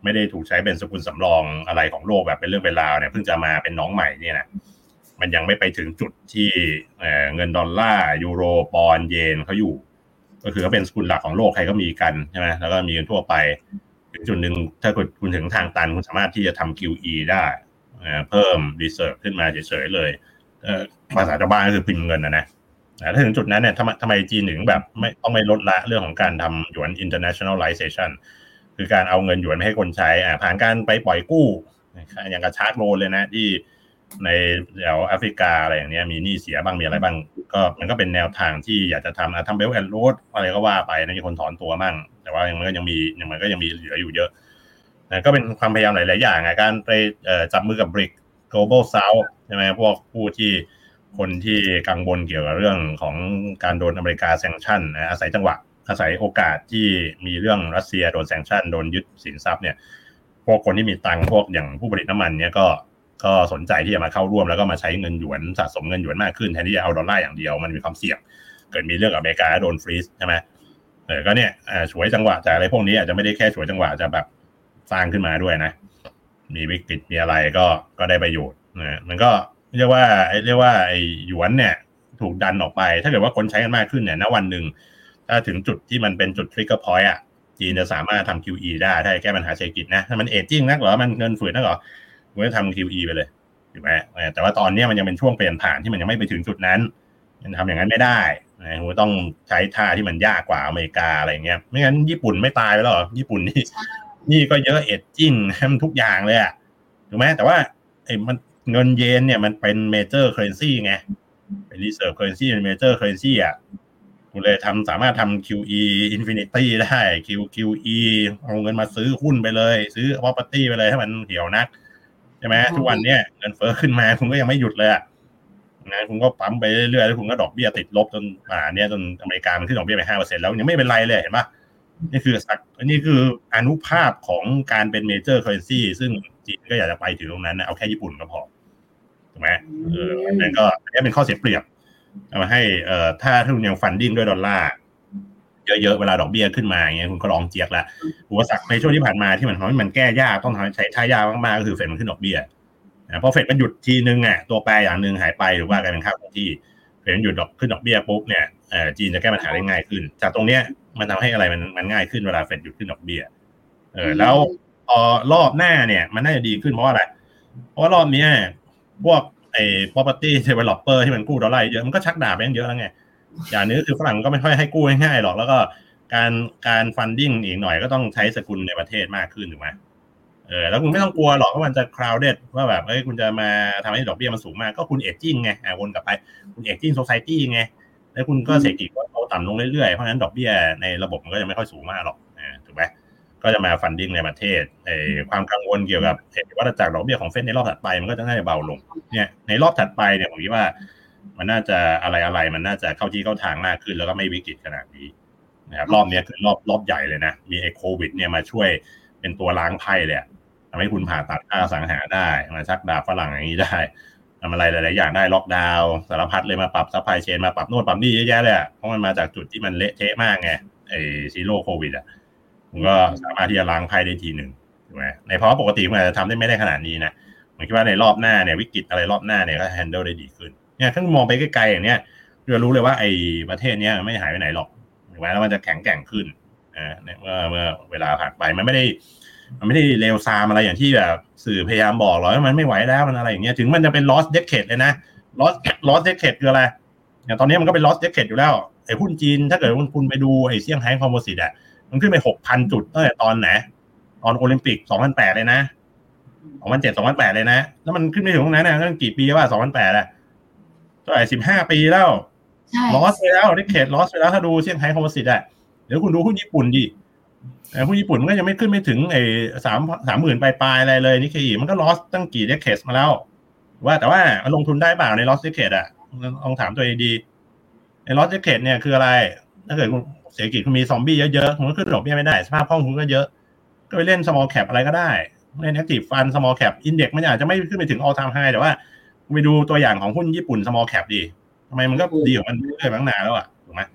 [SPEAKER 3] ไม่ได้ถูกใช้เป็นสกุลสำรองอะไรของโลกแบบเป็นเรื่องเป็นราวเนี่ยเพิ่งจะมาเป็นน้องใหม่เนี่ยนะมันยังไม่ไปถึงจุดที่เงินดอลลาร์ยูโรปอนด์เยนเขาอยู่ก็คือเขาเป็นสกุลหลักของโลกใครก็มีกันใช่ไหมแล้วก็มีกันทั่วไปถึงจุดหนึ่งถ้าคุณถึงทางตันคุณสามารถที่จะทำ QE ได้เพิ่ม reserve ขึ้นมาเฉยๆเลยภาษาชาวบ้านก็คือพิมพ์เงินนะถ้าถึงจุดนั้นเนี่ยทำไมจีนถึงแบบไม่ลดละเรื่องของการทำหยวน internationalization คือการเอาเงินหยวนให้คนใช้ผ่านการไปปล่อยกู้อย่างกับชาร์จโลนเลยนะที่ในแถวแอฟริกาอะไรอย่างเนี้ยมีหนี้เสียบ้างมีอะไรบ้างก็มันก็เป็นแนวทางที่อยากจะทำเบลต์แอนด์โรดอะไรก็ว่าไปนะมีคนถอนตัวบ้างแต่ว่ามันก็ยังมีเหลืออยู่เยอะก็เป็นความพยายามหลายๆอย่างการไปจับมือกับ BRIC Global South ใช่ไหมพวกผู้ที่คนที่กังวลเกี่ยวกับเรื่องของการโดนอเมริกาแซงชั่นอาศัยโอกาสที่มีเรื่องรัสเซียโดนแซงชั่นโดนยึดสินทรัพย์เนี่ยพวกคนที่มีตังค์พวกอย่างผู้ผลิตน้ำมันเนี่ยก็สนใจที่จะมาเข้าร่วมแล้วก็มาใช้เงินหยวนสะสมเงินหยวนมากขึ้นแทนที่จะเอาดอลลาร์อย่างเดียวมันมีความเสี่ยงเกิดมีเรื่องกับอเมริกาโดนฟรีซใช่ไหมก็เนี่ยฉวยจังหวะจากอะไรพวกนี้อาจจะไม่ได้แค่ฉวยจังหวะจะแบบสร้างขึ้นมาด้วยนะมีวิกฤตมีอะไรก็ได้ประโยชน์นะมันก็เรียกว่าไอ้หยวนเนี่ยถูกดันออกไปถ้าเกิดว่าคนใช้กันมากขึ้นเนี่ยณวันหนึ่งถ้าถึงจุดที่มันเป็นจุด trigger point จีนจะสามารถทำ QE ได้ถ้าแก้ปัญหาเศรษฐกิจนะถ้ามันเอจจิ้งนักหรอมันเงินฝืดนักหรอคุณจะทำ QE ไปเลยถูกไหมแต่ว่าตอนนี้มันยังเป็นช่วงเปลี่ยนผ่านที่มันยังไม่ไปถึงจุดนั้นมันทำอย่างนั้นไม่ได้คุณต้องใช้ท่าที่มันยากกว่าอเมริกาอะไรเงี้ยไม่งั้นญี่ปุ่นไม่ตายไปหรอญี่ปุ่นนี่ก็เยอะเอจจิ้งทุกอย่างเลยถูกไหมแต่ว่าไอ้มันเงินเยนเนี่ยมันเป็น major currency ไงเป็น reserve currency เป็น major currency คุณเลยสามารถทำ QE infinity ได้ QE เอาเงินมาซื้อหุ้นไปเลยซื้อ property ไปเลยถ้ามันเหี่ยวนักใช่ไหมทุกวันเนี้ยเงินเฟ้อขึ้นมาคุณก็ยังไม่หยุดเลยนะคุณก็ปั๊มไปเรื่อยๆแล้วคุณก็ดอกเบี้ยติดลบจนเนี่ยจนอเมริกามันขึ้นดอกเบี้ยไป 5% แล้วยังไม่เป็นไรเลยเห็นป่ะนี่คืออานุภาพของการเป็น major currency ซึ่งจีนก็อยากจะไปถึงตรงนั้นนะเอาแค่ญี่ปุ่นก็พอถูกไหมนั่นก็อันนี้เป็นข้อเสียเปรียบเอามาให้ถ้าคุณยังฟันดิ้งด้วยดอลลาร์เยอะๆเวลาดอกเบี้ยขึ้นมาอย่างเงี้ยคุณก็ลองเจียกละอุปสรรคในช่วงที่ผ่านมาที่มันทำให้มันแก้ยากต้องใช้ท่ายากมากๆก็คือเฟดมันขึ้นดอกเบี้ยพอเฟดมันหยุดทีนึงตัวแปรอย่างนึงหายไปหรือว่ากลายเป็นค่าคงที่เฟดมันหยุดขึ้นดอกเบี้ยปุ๊บเนี่ยจีนจะแก้ปัญหาได้ง่ายขึ้นจากตรงเนี้ยมันทำให้อะไรมันง่ายขึ้นเวลาเฟดหยุดขึ้นดอกเบี้ยแล้วรอบหน้าเนี่ยมันน่าจะดีขึ้นเพราะอะไรเพราะรอบนี้พวกproperty developer ที่มันกู้ดอลลาร์เยอะมันก็ชักดาบไปเยอะแล้วไงอย่างนี้คือฝรั่งก็ไม่ค่อยให้กู้ง่ายๆหรอกแล้วก็การ funding อีกหน่อยก็ต้องใช้สกุลในประเทศมากขึ้นถูกไหมแล้วคุณไม่ต้องกลัวหรอกว่ามันจะ crowded ว่าแบบคุณจะมาทำให้ดอกเบี้ยมันสูงมากก็คุณ aging ไงวนกลับไปคุณ aging society ไงแล้วคุณก็เศรษฐกิจก็โตต่ำลงเรื่อยๆเพราะฉะนั้นดอกเบี้ยในระบบมันก็จะไม่ค่อยสูงมากหรอกถูกไหมก็จะมา funding ในประเทศความกังวลเกี่ยวกับวัฏจักรดอกเบี้ยของเฟดในรอบถัดไปมันก็จะน่าจะเบาลงเนี่ยในรอบถัดไปเนี่ยผมคิดว่ามันน่าจะอะไรมันน่าจะเข้าที่เข้าทางมากขึ้นแล้วก็ไม่วิกฤตขนาดนี้นะครับรอบนี้คือรอบใหญ่เลยนะมีโควิดเนี่ยมาช่วยเป็นตัวล้างไพ่เลยทำให้คุณผ่าตัดค่าสังหาได้มาชักดาบฝรั่งอย่างนี้ได้ทำอะไรหลายๆอย่างได้ล็อกดาวน์สารพัดเลยมาปรับซัพพลายเชนมาปรับโน่นปรับนี่เยอะแยะเลยเพราะมันมาจากจุดที่มันเละเทะมากไงซีโร่โควิดผมก็สามารถที่จะล้างไพ่ได้ทีหนึ่งถูกไหมในเพราะปกติมันอาจจะทำได้ไม่ได้ขนาดนี้นะผมคิดว่าในรอบหน้าเนี่ยวิกฤตอะไรรอบหน้าเนี่ยก็แฮนเดิลได้ดีขึ้นเนี่ยถ้ามองไปไกลๆอย่างเนี้ยเรารู้เลยว่าไอ้ประเทศเนี้ยไม่หายไปไหนหรอกถูกไหมแล้วมันจะแข็งแกร่งขึ้นเมื่อเวลาผ่านไปมันไม่ได้เลวซามอะไรอย่างที่แบบสื่อพยายามบอกหรอกว่ามันไม่ไหวแล้วมันอะไรอย่างเงี้ยถึงมันจะเป็น lost decade เลยนะ lost decade คืออะไรอย่างตอนนี้มันก็เป็น lost decade อยู่แล้วไอ้หุ้นจีนถ้าเกิดคุณไปดูไอ้เซี่ยงไฮ้คอมโพสิตมันขึ้นไป 6,000 จุดตั้งแต่ตอนไหนตอนโอลิมปิก 2008 เลยนะ 2007 2008 เลยนะแล้วมันขึ้นไปถึงตรงนั้นตั้งกี่ปีว่า 2008 เท่าไหร่15 ปีแล้ว loss ไปแล้ว decade loss ไปแล้วถ้าดูเซี่ยงไฮ้คอมโพสิตเดี๋ยวคุณดูหุ้นญี่ปุ่นดิหุ้นญี่ปุ่นมันก็ยังไม่ขึ้นไม่ถึง30,000 ปลายๆอะไรเลยนี่คือมันก็ loss ตั้งกี่ decade มาแล้วว่าแต่ว่ามันลงทุนได้เปล่าใน loss decade ลองถามตัวเองดีใน loss decade เนี่ยคืออะไรถ้าเกิดเศรษฐกิจคุณมีซอมบี้เยอะๆคุณก็ขึ้นดอกเบี้ยไม่ได้สภาพคล่องคุณก็เยอะก็ไปเล่น small cap อะไรก็ได้เล่น active fund small cap index มันอาจจะไม่ขึ้นไปถึง all time high แต่ว่าไปดูตัวอย่างของหุ้นญี่ปุ่น small cap ดิทำไมมันก็ดีของมันเรื่อยๆมาตั้งนานแล้วถูกไหม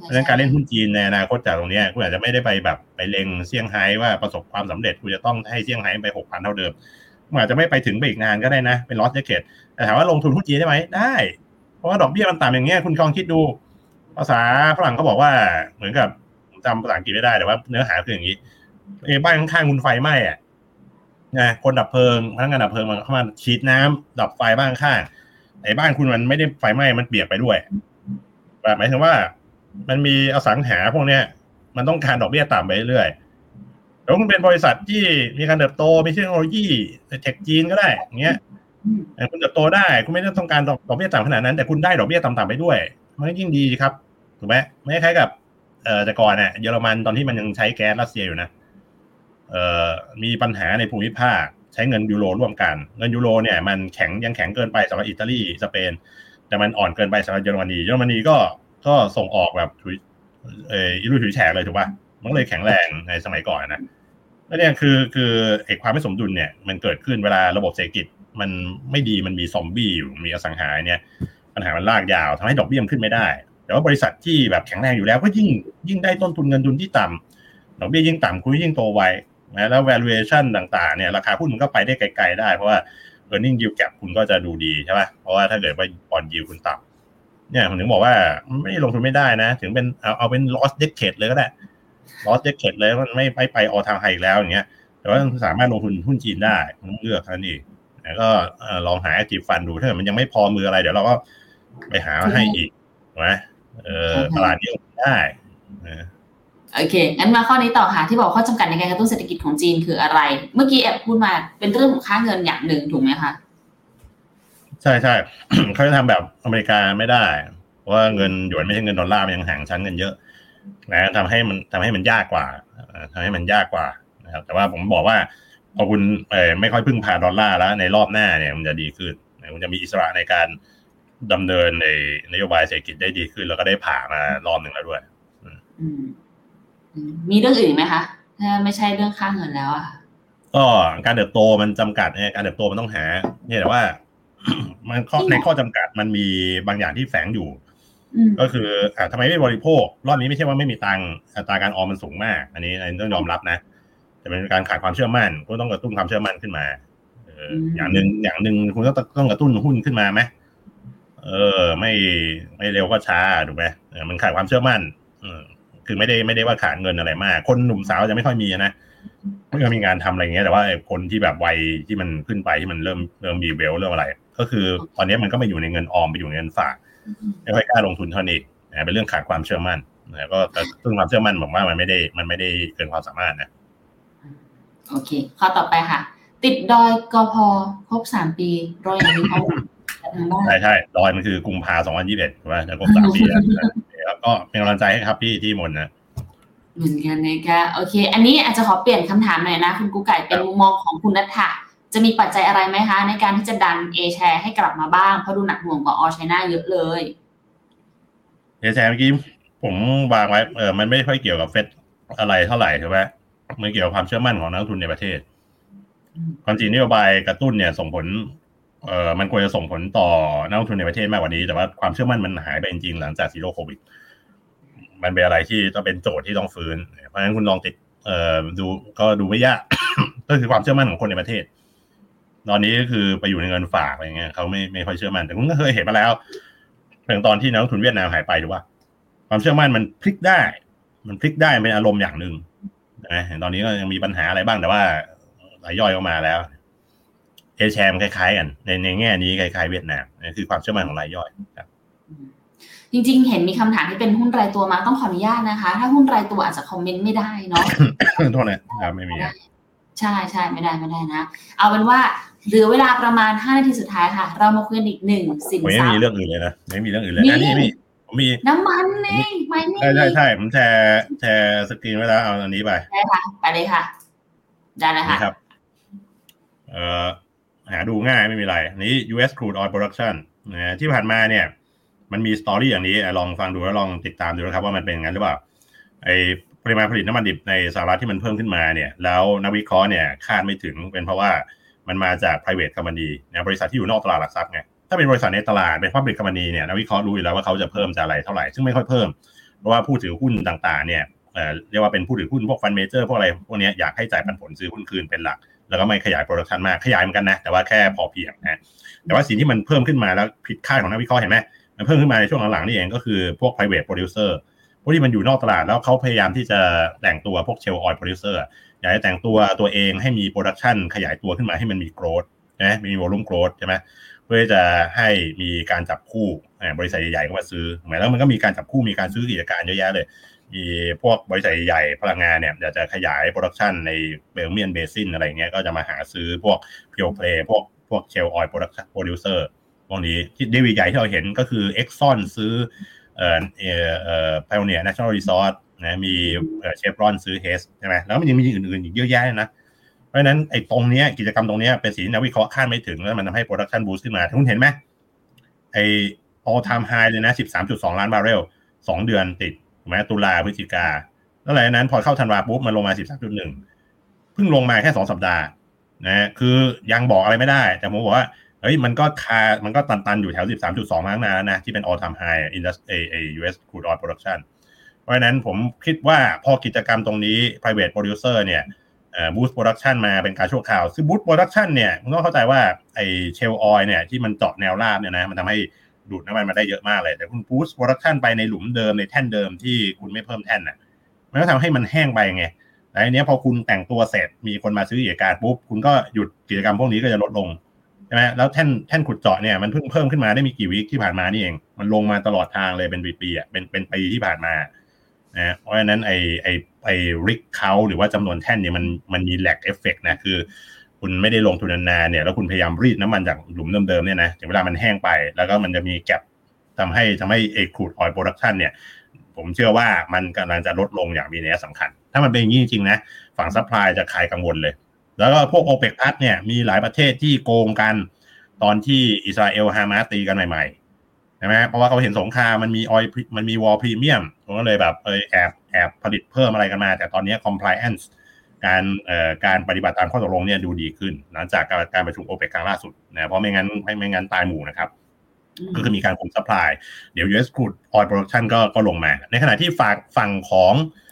[SPEAKER 3] เพราะฉะนั้นการเล่นหุ้นจีนในอนาคตจากตรงนี้คุณอาจจะไม่ได้ไปแบบไปเล็งเซี่ยงไฮ้ว่าประสบความสำเร็จคุณจะต้องให้เซี่ยงไฮ้ไป 6,000 เท่าเดิมมันอาจจะไม่ไปถึงไปอีกนานก็ได้นะเป็น loss jacket แต่ถามว่าลงทุนหุ้นจีนได้ไหมได้เพราะว่าดอกเบี้ยมันต่ำอย่างเงี้ยคุณลองคิดดูภาษาฝรั่งเขาบอกว่าเหมือนกับจำภาษาอังกฤษไม่ได้แต่ว่าเนื้อหาคืออย่างนี้บ้านข้างๆคุณไฟไหม้อะนะคนดับเพลิงพนักงานดับเพลิงมันเข้ามาฉีดน้ำดับไฟบ้านข้างไอ้บ้านคุณมันไม่ได้ไฟไหม้มันเปียกไปด้วยหมายถึงว่ามันมีอสังหาพวกเนี้ยมันต้องการดอกเบี้ยต่ำไปเรื่อยๆแล้วคุณเป็นบริษัทที่มีการเติบโตมีเทคโนโลยีเทคจีนก็ได้อย่างเงี้ยคุณเติบโตได้คุณไม่ต้องการดอกเบี้ยต่ำขนาดนั้นแต่คุณได้ดอกเบี้ยต่ำๆไปด้วยมันก็ยิ่งดีครับถูกไหมไม่คล้ายกับแต่ก่อนเนี่ยเยอรมันตอนที่มันยังใช้แก๊สรัสเซียอยู่นะมีปัญหาในภูมิภาคใช้เงินยูโรร่วมกันเงินยูโรเนี่ยมันยังแข็งเกินไปสำหรับอิตาลีสเปนแต่มันอ่อนเกินไปสำหรับเยอรมนีก็ส่งออกแบบอีลุยฉุยแฉกเลยถูกป่ะมันเลยแข็งแรงในสมัยก่อนนะแล้วเนี่ยคือไอ้ความไม่สมดุลเนี่ยมันเกิดขึ้นเวลาระบบเศรษฐกิจมันไม่ดีมันมีซอมบี้อยู่มีอสังหาเนี่ยปัญหามันลากยาวทำให้ดอกเบี้ยขึ้นไม่ได้แต่ว่าบริษัทที่แบบแข็งแรงอยู่แล้วก็ยิ่งได้ต้นทุนเงินทุนที่ต่ำดอกเบี้ยยิ่งต่ำคุณยิ่งโตไวนะแล้ว valuation ต่างๆเนี่ยราคาหุ้นมันก็ไปได้ไกลๆได้เพราะว่า earning yield gap คุณก็จะดูดีใช่ป่ะเพราะว่าถ้าเกิดว่า bond yield คุณต่ำเนี่ยผมถึงบอกว่าไม่ลงทุนไม่ได้นะถึงเป็นเอาเป็น loss decade เลยก็ได้ loss decade เลยมันไม่ไป all time high อีกแล้วอย่างเงี้ยแต่ว่าสามารถลงทุนหุ้นจีนได้ต้องเลือกเท่านั้นเองแล้วก็ลองหา active fund ดูถ้าเกิดมันยังไม่พอมืออะไรเดี๋ยวเราก็ไปหาให้อีกนะตลาดนี้ได้
[SPEAKER 2] โอเคงั้นมาข้อนี้ต่อค่ะที่บอกข้อจำกัดในการกระตุ้นเศรษฐกิจของจีนคืออะไรเมื่อกี้แอบพูดมาเป็นเรื่องของค่าเงินอย่างหนึ่งถูกไหมคะ
[SPEAKER 3] ใช่ใช่ เขาจะทำแบบอเมริกาไม่ได้เพราะว่าเงินหยวนไม่ใช่เงินดอลลาร์มันยังห่างชั้นกันเยอะนะทำให้มันยากกว่านะครับแต่ว่าผมบอกว่าพอคุณไม่ค่อยพึ่งพาดอลลาร์แล้วในรอบหน้าเนี่ยมันจะดีขึ้นคุณจะมีอิสระในการดำเนินในนโยบายเศรษฐกิจได้ดีขึ้นแล้วก็ได้ผ่ามารอบหนึ่งแล้วด้วย
[SPEAKER 2] มีเรื่องอื่นไหมคะถ้าไม่ใช่เรื่องค่าเงินแล้วอ่ะ
[SPEAKER 3] ก็การเติบโตมันจำกัดการเติบโตมันต้องหาเนี่ยแต่ว่ามันในข้อจำกัดมันมีบางอย่างที่แฝงอยู่ก็คือทำไมไม่บริโภครอบนี้ไม่ใช่ว่าไม่มีตังค์อัตราการออมมันสูงมากอันนี้ต้องยอมรับนะแต่เป็นการขาดความเชื่อมั่นก็ต้องกระตุ้นความเชื่อมั่นขึ้นมาอย่างหนึ่งคุณต้องกระตุ้นหุ้นขึ้นมาไหมไม่เร็วก็ช้าถูกไหมมันขาดความเชื่อมั่นคือไม่ได้ว่าขาดเงินอะไรมากคนหนุ่มสาวจะไม่ค่อยมีนะไม่ค่อยมีงานทำอะไรเงี้ยแต่ว่าคนที่แบบวัยที่มันขึ้นไปที่มันเริ่มมีเวลเริ่มอะไรก็คือตอนนี้มันก็ไม่อยู่ในเงินออมไปอยู่ในเงินฝากไม่ค่อยกล้าลงทุนเท่านี้เป็นเรื่องขาดความเชื่อมั่นแล้วก็ซึ่งความเชื่อมั่นผมว่ามันไม่ได้เกินความสามารถนะ
[SPEAKER 2] โอเคข้อต่อไปค่ะติดดอยกพ.ครบ3 ปีรอยอย่างนี้เขา
[SPEAKER 3] ใช่ดอยมันคือกุมภาพันธ์2021ถูกไหมจะครบ3 ปีแล้วก็เป็นกำลังใจให้ครับพี่ที่มนนะ
[SPEAKER 2] เหมือนกันนะคะโอเคอันนี้อาจจะขอเปลี่ยนคำถามหน่อยนะคุณกุ๊กไก่เป็นมุมมองของคุณณัฐะจะมีปัจจัยอะไรไหมคะในการที่จะดัน A share ให้กลับมาบ้างเพราะดูหนักหน่วงกว่า All China เยอะเลย
[SPEAKER 3] A share เมื่อกี้ผมวางไว้มันไม่ค่อยเกี่ยวกับเฟดอะไรเท่าไหร่ใช่ไหมมันเกี่ยวกับความเชื่อมั่นของนักลงทุนในประเทศความจริงนโยบายกระตุ้นเนี่ยส่งผลมันควรจะส่งผลต่อนักลงทุนในประเทศมากกว่านี้แต่ว่าความเชื่อมั่นมันหายไปจริงๆหลังจากซีโร่โควิดมันเป็นอะไรที่ต้องเป็นโจทย์ที่ต้องฟื้นเพราะฉะนั้นคุณลองดูไม่ยาก ก็คือความเชื่อมั่นของคนในประเทศตอนนี้ก็คือไปอยู่ในเงินฝากอะไรเงี้ยเขาไม่ค่อยเชื่อมั่นแต่คุณก็เคยเห็นมาแล้วอย่างตอนที่นักลงทุนเวียดนามหายไปถูกป่ะความเชื่อมั่นมันพลิกได้เป็นอารมณ์อย่างนึงนะตอนนี้ก็ยังมีปัญหาอะไรบ้างแต่ว่ารายย่อยออกมาแล้วเอแชร์มันคล้ายๆกันในแง่นี้คล้ายๆเวียดนามคือความเชื่อมั่นของรายย่อยครับ
[SPEAKER 2] จริงๆเห็นมีคำถามที่เป็นหุ้นรายตัวมาต้องขออนุญาตนะคะถ้าหุ้นรายตัวอาจจะคอมเมนต์ไม่ได้เนาะ
[SPEAKER 3] โทษนะครับไม่มี
[SPEAKER 2] ใช่ไม่ได้นะเอาเป็นว่าเหลือเวลาประมาณ5 นาทีสุดท้ายค่ะเรามาคุยกันอีก1สินทรัพย์
[SPEAKER 3] ไม่มีเรื่องอื่นเลยนะไม่มีเรื่องอื่นเลยนี่ผมมี
[SPEAKER 2] น้ำมันนี่ไม่นี่
[SPEAKER 3] ใช่ผมแชร์สกรีนไว้แล้วเอาอันนี้ไป
[SPEAKER 2] ได้ค่ะไปเลยค่ะได้เลยค่ะ
[SPEAKER 3] ครับหาดูง่ายไม่มีอะไรนี้ US crude oil production ที่ผ่านมาเนี่ยมันมีสตอรี่อย่างนี้ลองฟังดูแล้วลองติดตามดูนะครับว่ามันเป็นอย่างนั้นหรือเปล่าไอปริมาณผลิตน้ำมันดิบในสหรัฐที่มันเพิ่มขึ้นมาเนี่ยแล้วนักวิเคราะห์เนี่ยคาดไม่ถึงเป็นเพราะว่ามันมาจาก private company บริษัทที่อยู่นอกตลาดหลักทรัพย์ไงถ้าเป็นบริษัทในตลาดเป็น public company เนี่ยนักวิเคราะห์รู้อยู่แล้วว่าเขาจะเพิ่มจะอะไรเท่าไหร่ซึ่งไม่ค่อยเพิ่มราะว่าผู้ถือหุ้นต่างๆเนี่ยเรียกว่าเป็นผู้ถือหุ้นพวกฟันเมเจอร์พวกอะไรพวกนี้อยากให้จ่ายปันผลซื้อหุ้นคืนเป็นหลักแล้วก็ไม่ขยายโปรดักชันมากขยายเหมือนกันนะแต่ว่าแค่พอเพียงนะแต่ว่าสิ่งที่มันเพิ่มขึ้นมาแล้วผิดคาดของนักวิเคราะห์เห็นไหมมันเพิ่มขึ้นมาในช่วงหลังๆนี่เองก็คือพวก private producer พวกที่มันอยู่นอกตลาดแล้วเขาพยายามที่จะแต่งตัวพวก shale oil producer อยากจะแต่งตัวเองให้มี production ขยายตัวขึ้นมาให้มันมี growth นะมี volume growth ใช่ไหมเพื่อจะให้มีการจับคู่บริษัทใหญ่ๆเข้ามาซื้อหมายแล้วมันก็มีการจับคู่มีการซื้อกิจการเยอะแยะเลยมีพวกบริษัทใหญ่พลังงานเนี่ยอยากจะขยายโปรดักชันในเบลเมียนเบซินอะไรเงี้ยก็จะมาหาซื้อพวกเพียวเพลย์พวกเชลออยล์โปรดิวเซอร์พวกนี้ที่ดีใหญ่ที่เราเห็นก็คือ Exxon ซื้อPioneer Natural Resource นะมีChevron ซื้อ Hess ใช่ไหมแล้วมันยังมีอื่นๆอีกเยอะแยะนะเพราะฉะนั้นไอ้ตรงเนี้ยกิจกรรมตรงเนี้ยเป็นสิ่งที่นักวิเคราะห์คาดไม่ถึงแล้วมันทำให้โปรดักชันบูสต์ขึ้นมาคุณเห็นไหมไอ้ all time high เลยนะ 13.2 ล้านบาร์เรล2 เดือนติดถูกไหมตุลาพฤศจิกาแล้วหลังจากนั้นพอเข้าธันวาปุ๊บมันลงมา 13.1 เพิ่งลงมาแค่2สัปดาห์นะคือยังบอกอะไรไม่ได้แต่ผมบอกว่าเฮ้ยมันก็ตันอยู่แถว 13.2 มาตั้งนานแล้วนะที่เป็น all time high US crude oil production เพราะฉะนั้นผมคิดว่าพอกิจกรรมตรงนี้ private producer เนี่ยboost production มาเป็นการชั่วคราวซึ่ง boost production เนี่ยคุณต้องเข้าใจว่าไอ้ shale oil เนี่ยที่มันเจาะแนวราบเนี่ยนะมันทำให้ดูดน้ำมันมาได้เยอะมากเลยแต่คุณ boost production ไปในหลุมเดิมในแท่นเดิมที่คุณไม่เพิ่มแท่นน่ะมันก็ทำให้มันแห้งไปไงแต่อันนี้พอคุณแต่งตัวเสร็จมีคนมาซื้อกิจการปุ๊บคุณก็หยุดกิจกรรมพวกนี้ก็จะลดลงใช่ไหมแล้วแท่นขุดเจาะเนี่ยมันเพิ่งเพิ่มขึ้นมาได้มีกี่วิคที่ผ่านมานี่เองมันลงมาตลอดทางเลยเป็นปีๆอ่ะเป็นปีที่ผ่านมานะเพราะฉะนั้นไอ้ริกเขาหรือว่าจำนวนแท่นเนี่ยมันมีแลกเอฟเฟกต์นะคือคุณไม่ได้ลงทุนนานๆเนี่ยแล้วคุณพยายามรีดน้ำมันจากหลุมเดิมๆเนี่ยนะถึงเวลามันแห้งไปแล้วก็มันจะมีแก็ปทำให้ไอ้ครูดออยล์โปรดักชันเนี่ยผมเชื่อว่ามันกำลังจะลดลงอย่างมีนัยสำคัญถ้ามันเป็นอย่างนี้จริงๆนะฝั่งซัพพลายจะคลายกังวลเลยแล้วก็พวก OPEC+ เนี่ยมีหลายประเทศที่โกงกันตอนที่อิสราเอลฮามาสตีกันใหม่ๆใช่ไหมเพราะว่าเขาเห็นสงครามมันมีวอลพรีเมียมก็เลยแบบแอบผลิตเพิ่มอะไรกันมาแต่ตอนนี้ compliance การปฏิบัติตามข้อตกลงเนี่ยดูดีขึ้นหลังจากการประชุม OPEC ครั้งล่าสุดนะเพราะไม่งั้นตายหมู่นะครับก็คือมีการคุมซัพพลายเดี๋ยว US crude oil production ก็ลงมาในขณะที่ฝั่งของ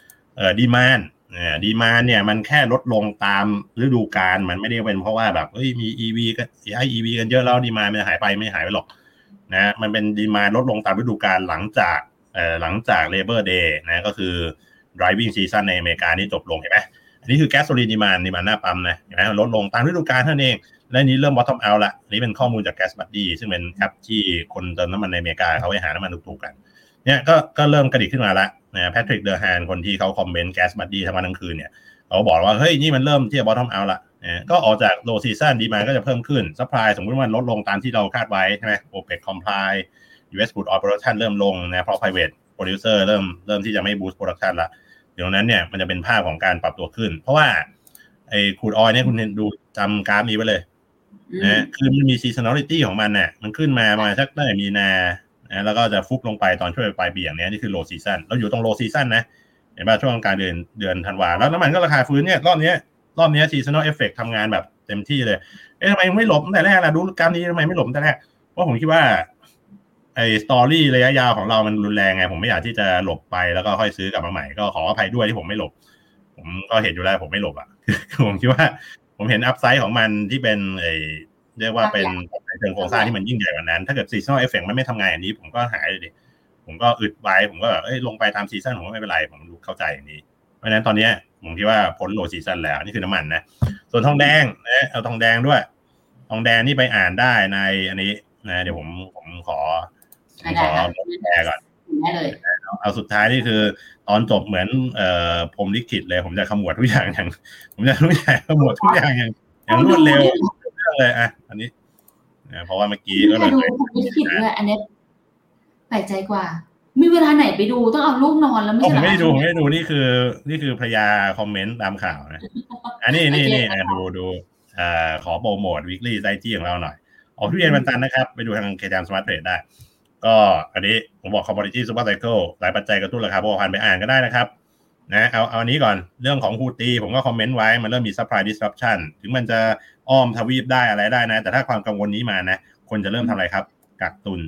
[SPEAKER 3] demand เนี่ยมันแค่ลดลงตามฤดูกาลมันไม่ได้เป็นเพราะว่าแบบมี EV ก็ให้ EV กันเยอะแล้ว demand มันหายไปไม่หายไปหรอกนะมันเป็น demand ลดลงตามฤดูกาลหลังจาก Labor Day นะก็คือ driving season ในอเมริกานี่จบลงเห็นไหมอันนี้คือ gasoline demand หน้าปั๊มนะเห็นไหมลดลงตามฤดูกาลเท่านั้นเองและนี้เริ่ม bottom out ละนี่เป็นข้อมูลจาก Gas Buddy ซึ่งเป็นแอปที่คนเติมน้ำมันในอเมริกาเขาไปหาน้ำมันถูกๆกันเนี่ยก็เริ่มกระดิกขึ้นมาละนะแพทริกเดอร์แฮนคนที่เขาคอมเมนต์ Gas Buddy ทั้งวันทั้งคืนเนี่ยเขาบอกว่าเฮ้ยนี่มันเริ่มที่จะ bottom out ละก็ออกจาก low season demand ก็จะเพิ่มขึ้น supply สมมุติว่ามันลดลงตามที่เราคาดไว้ใช่ไหม OPEC comply US crude oil production เริ่มลงนะเพราะ private producer เริ่มที่จะไม่ boost production ละเดี๋ยวนั้นเนี่ยมันจะเป็นภาพของการปรับตัวขึ้นเพราะว่าไอ้ crude oil เนี่ยคุณดูจำกราฟนี้ไว้เลยนะคือมันมี seasonality ของมันน่ะมันขึ้นมาประมาณสักได้มีนาแล้วก็จะฟุบลงไปตอนช่วงปลายปีอย่างนี้นี่คือ low season เราอยู่ตรง low season นะเห็นป่ะช่วงกลางเดือนธันวาแล้วน้ำมันก็ราคาฟื้นเนี่ยรอบนี้ seasonal effect ทำงานแบบเต็มที่เลยทำไมไม่หลบตั้งแต่แรกล่ะดูกราฟนี้ทำไมไม่หลบตั้งแต่แรกเพราะผมคิดว่าไอ้สตอรี่ระยะยาวของเรามันรุนแรงไงผมไม่อยากที่จะหลบไปแล้วก็ค่อยซื้อกลับมาใหม่ก็ขออภัยด้วยที่ผมไม่หลบผมก็เห็นอยู่แล้วผมไม่หลบอ่ะผมคิดว่าผมเห็นอัพไซด์ของมันที่เป็นเรียกว่าเป็นเชิงโครงสร้างที่มันยิ่งใหญ่กว่านั้นถ้าเกิดซีซันนอลเอฟเฟคมันไม่ทำงานอย่างนี้ผมก็หายเลยดิผมก็อึดไว้ผมก็แบบลงไปตามซีซันผมก็ไม่เป็นไรผมเข้าใจอย่างนี้เพราะฉะนั้นตอนนี้ผมคิดว่าพ้นโลซีซันแล้วนี่คือน้ำมันนะส่วนทองแดงนะเอาทองแดงด้วยทองแดงนี่ไปอ่านได้ในอันนี้นะเดี๋ยวผมขอแชร์ก่อน
[SPEAKER 2] ได้เลย
[SPEAKER 3] เอาสุดท้ายนี่คือตอนจบเหมือนผมลิขิตเลยผมจะขมวดทุกอย่างอย่างผมจะขมวดทุกอย่างอย่างรวดเร็วเรื่องเลยอ่ะอันนี้เพราะว่าเมื่อกี้ก็เลย
[SPEAKER 2] ผมลิขิตเลยอันนี้แปลกใจกว่ามีเวลาไหนไปดูต้องเอาลูกนอนแล้วไม่ใช่
[SPEAKER 3] ผมไม่ได้ดูนี่คือภรรยาคอมเมนต์ตามข่าวนะอันนี้ดูขอโปรโมท weekly strategy ของเราหน่อยออกทุกเย็นวันจันทร์นะครับไปดูทาง KTM Smart Trade ได้ก็อันนี้ผมบอก commodity super cycle หลายปัจจัยกระตุ้นราคาโบพันไปอ่านก็ได้นะครับนะเอาอันนี้ก่อนเรื่องของฮูตีผมก็คอมเมนต์ไว้มันเริ่มมี supply disruption ถึงมันจะอ้อมทวีปได้อะไรได้นะแต่ถ้าความกังวลนี้มานะคนจะเริ่มทำอะไรครับกักตุน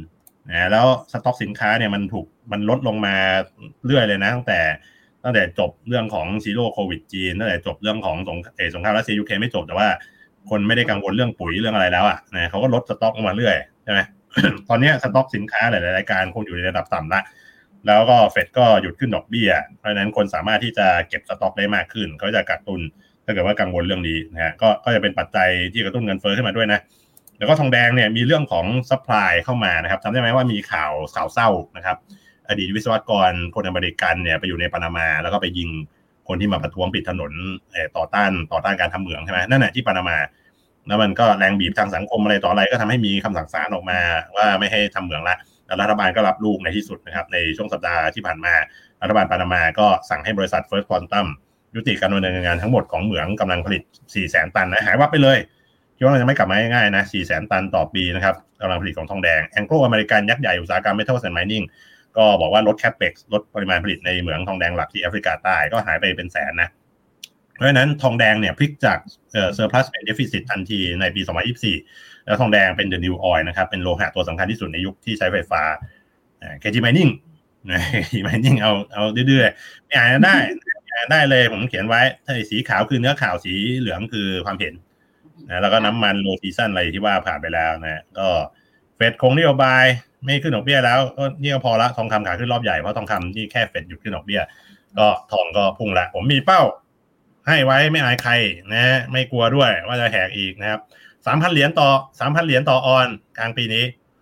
[SPEAKER 3] นะแล้วสต็อกสินค้าเนี่ยมันลดลงมาเรื่อยเลยนะตั้งแต่จบเรื่องของซีโร่โควิดจีนตั้งแต่จบเรื่องของสงครามรัสเซียยูเครนไม่จบแต่ว่าคนไม่ได้กังวลเรื่องปุ๋ยเรื่องอะไรแล้วอ่ะนะเขาก็ลดสต็อกลงมาเรื่อยใช่ไหม ตอนนี้สต็อกสินค้าหลายๆรายการคงอยู่ในระดับต่ำละแล้วก็เฟดก็หยุดขึ้นดอกเบี้ยเพราะฉะนั้นคนสามารถที่จะเก็บสต็อกได้มากขึ้นเขาจะกักตุนถ้าเกิดว่ากังวลเรื่องนี้นะฮะก็จะเป็นปัจจัยที่กระตุ้นเงินเฟ้อขึ้นมาด้วยนะแล้วก็ทองแดงเนี่ยมีเรื่องของซัพพลายเข้ามานะครับจำได้ไหมว่ามีข่าวเศร้านะครับอดีตวิศวกรคนอเมริกันเนี่ยไปอยู่ในปานามาแล้วก็ไปยิงคนที่มาประท้วงปิดถนนต่อต้านการทำเหมืองใช่ไหมนั่นแหละที่ปานามาแล้วมันก็แรงบีบทางสังคมอะไรต่ออะไรก็ทำให้มีคำสั่งศาลออกมาว่าไม่ให้ทำเหมืองละแล้วรัฐบาลก็รับลูกในที่สุดนะครับในช่วงสัปดาห์ที่ผ่านมารัฐบาลปานามาก็สั่งให้บริษัท First Quantum ยุติการดำเนินงานทั้งหมดของเหมืองกำลังผลิต 400,000 ตันนะหายวับไปเลยคิดว่ามันจะไม่กลับมาง่ายๆนะ 400,000 ตันต่อปีนะครับกำลังผลิตของทองแดง Anglo American ยักษ์ใหญ่อุตสาหกรรม Metals and Mining ก็บอกว่าลด Capex ลดปริมาณผลิตในเหมืองทองแดงหลักที่แอฟริกาใต้ก็หายไปเป็นแสนนะเพราะฉะนั้นทองแดงเนี่ยพลิกจากsurplus เป็น deficit ทันทีในปี 2024 แล้วทองแดงเป็น the new oil นะครับเป็นโลหะตัวสำคัญที่สุดในยุคที่ใช้ไฟฟ้าKG Mining Mining เอาดื้อๆไม่อ่านได้เลยผมเขียนไว้ถ้าสีขาวคือเนื้อข่าวสีเหลืองคือความเห็นนะแล้วก็น้ำมันโลซีซั่นอะไรที่ว่าผ่านไปแล้วนะก็เฟดคงนโยบายไม่ขึ้นดอกเบี้ยแล้วก็นี่ก็พอละทองคำขาขึ้นรอบใหญ่เพราะทองคำที่แค่เฟดหยุดขึ้นดอกเบี้ยก็ทองก็พุ่งละผมมีเป้าให้ไว้ไม่อายใครนะไม่กลัวด้วยว่าจะแหกอีกนะครับ 3,000 เหรียญต่อออนกลางปีนี้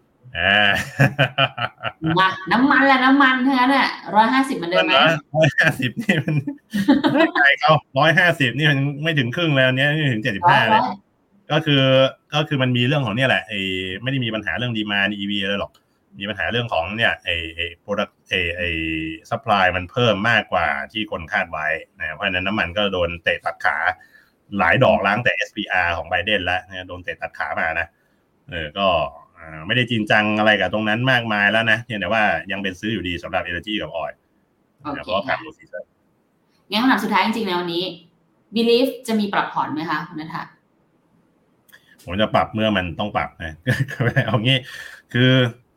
[SPEAKER 2] มาน้ำมันแหละน้ำมันเท่านั้นน่ะ150เหมือนเดิมไหม
[SPEAKER 3] 150นี่มันไม่ไกลเขา150นี่มันไม่ถึงครึ่งแล้วเนี้ยไม่ถึง75เลยก็คือมันมีเรื่องของเนี่ยแหละไม่ได้มีปัญหาเรื่องดีมานด์ EV อะไรหรอกมีปัญหาเรื่องของเนี่ยproduct supply มันเพิ่มมากกว่าที่คนคาดไว้นะเพราะฉะนั้นน้ำมันก็โดนเตะตัดขาหลายดอกล้างแต่ SPR ของไบเดนแล้วนะโดนเตะตัดขามานะก็ไม่ได้จริงจังอะไรกับตรงนั้นมากมายแล้วนะเพียงแต่ว่ายังเป็นซื้ออยู่ดีสำหรับ Energy กับ Oil เพราะการดูซีซั่น
[SPEAKER 2] งั้นคำถามสุดท้ายจริงๆในวันนี้ Believe จะมีปรับผ่อนไหมคะคุณณัฐ
[SPEAKER 3] ผมจะปรับเมื่อมันต้องปรับนะเอางี้คือ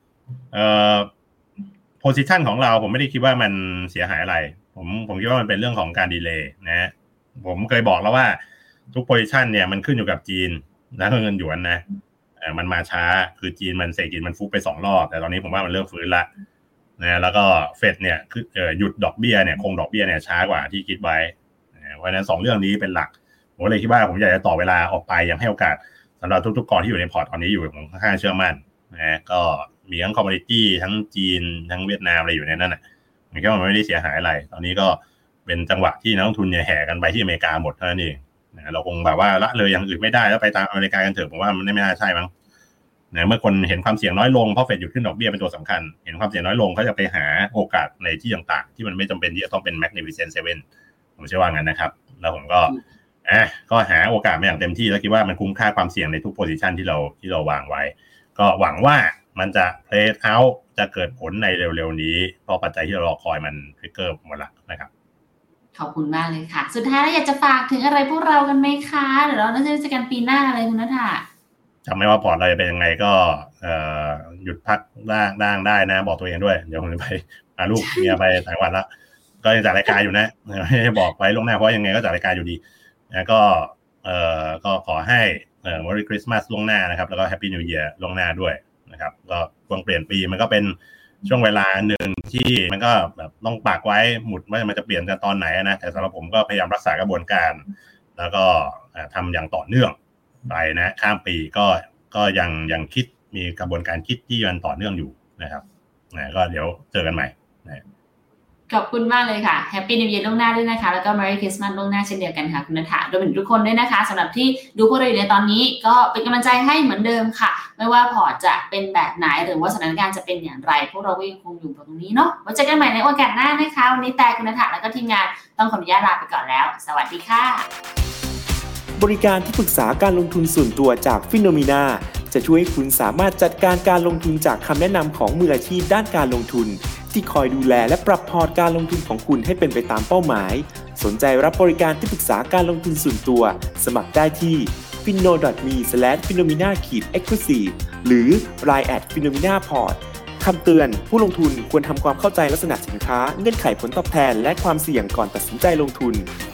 [SPEAKER 3] position ของเราผมไม่ได้คิดว่ามันเสียหายอะไรผมคิดว่ามันเป็นเรื่องของการดีเลย์นะผมเคยบอกแล้วว่าทุก position เนี่ยมันขึ้นอยู่กับจีนแล้วเงินหยวนนะมันมาช้าคือจีนมันเศรษฐกิจมันฟุบไป2รอบแต่ตอนนี้ผมว่ามันเริ่มฟื้นละนะแล้วก็เฟดเนี่ยคือหยุดดอกเบี้ยเนี่ยคงดอกเบี้ยเนี่ยช้ากว่าที่คิดไว้เพราะฉะนั้น2เรื่องนี้เป็นหลักผมเลยคิดว่าผมอยากจะต่อเวลาออกไปยังให้โอกาสสำหรับทุกๆกองที่อยู่ในพอร์ตตอนนี้อยู่ผมค่อนข้างเชื่อมั่นนะก็มีทั้งคอมมูนิตี้ทั้งจีนทั้งเวียดนามอะไรอยู่ในนั้นน่ะผมคิดว่ามันไม่ได้เสียหายอะไรตอนนี้ก็เป็นจังหวะที่นักลงทุนเนี่ยแห่กันไปที่อเมริกาหมดเท่านั้นเองเราคงแบบว่าละเลยอย่างอื่นไม่ได้แล้วไปตามอเมริกากันเถอะผมว่ามันไม่น่าใช่มั้งเมื่อคนเห็นความเสี่ยงน้อยลงเพราะเฟดหยุดขึ้นดอกเบี้ยเป็นตัวสำคัญเห็นความเสี่ยงน้อยลงเขาจะไปหาโอกาสในที่ต่างๆที่มันไม่จำเป็นที่จะต้องเป็น Magnificent Seven ผมเชื่อว่างั้นนะครับแล้วผมก็หาโอกาสมาอย่างเต็มที่แล้วคิดว่ามันคุ้มค่าความเสี่ยงในทุกโพซิชันที่เราวางไว้ก็หวังว่ามันจะ play out จะเกิดผลในเร็วๆนี้เพราะปัจจัยที่เรารอคอยมันทริกเกอร์หมดละนะครับ
[SPEAKER 2] ขอบคุณมากเลยค่ะสุดท้ายอยากจะฝากถึงอะไรพวกเรากันไหมคะเดี๋ยวเราน่าจะเจอกันปีหน้าเลยคุณณัฐ
[SPEAKER 3] จำไม่ว่าพอร์ตเราจะเป็นยังไงก็หยุดพักบ้างได้นะบอกตัวเองด้วยเดี๋ยวผมจะไปพาลูกเมียไปต่างจังหวัดแล้วก็ยังจัดรายการอยู่นะไม่ได้บอกไว้ล่วงหน้าเพราะยังไงก็จัดรายการอยู่ดีนะก็ขอให้Merry Christmas ล่วงหน้านะครับแล้วก็ Happy New Year ล่วงหน้าด้วยนะครับก็ช่วงเปลี่ยนปีมันก็เป็นช่วงเวลาหนึ่งที่มันก็แบบต้องปากไว้หมุดว่ามันจะเปลี่ยนกันตอนไหนนะแต่สำหรับผมก็พยายามรักษากระบวนการแล้วก็ทำอย่างต่อเนื่องไปนะข้ามปีก็ยังคิดมีกระบวนการคิดที่มันต่อเนื่องอยู่นะครับก็เดี๋ยวเจอกันใหม่
[SPEAKER 2] ขอบคุณมากเลยค่ะ Happy New Year ล่วงหน้าด้วยนะคะแล้วก็ Merry Christmas ล่วงหน้าเช่นเดียวกันค่ะคุณณัฐรวมถึงทุกคนด้วยนะคะสำหรับที่ดูพวกเราอยู่ในตอนนี้ก็เป็นกำลังใจให้เหมือนเดิมค่ะไม่ว่าพอร์ตจะเป็นแบบไหนหรือว่าสถานการณ์จะเป็นอย่างไรพวกเราก็ยังคงอยู่ตรงนี้เนาะไว้เจอกันใหม่ในโอกาสหน้านะคะวันนี้แต่คุณณัฐรแล้วก็ทีมงานต้องขออนุญาตลาไปก่อนแล้วสวัสดีค่ะ
[SPEAKER 4] บริการที่ปรึกษาการลงทุนส่วนตัวจาก Phenomena จะช่วยให้คุณสามารถจัดการการลงทุนจากคำแนะนำของมืออาชีพด้านการลงทุนที่คอยดูแลและปรับพอร์ตการลงทุนของคุณให้เป็นไปตามเป้าหมายสนใจรับบริการที่ปรึกษาการลงทุนส่วนตัวสมัครได้ที่ fino.me/phenomena-exclusive หรือ line@phenomenaport คำเตือนผู้ลงทุนควรทำความเข้าใจลักษณะสินค้าเงื่อนไขผลตอบแทนและความเสี่ยงก่อนตัดสินใจลงทุน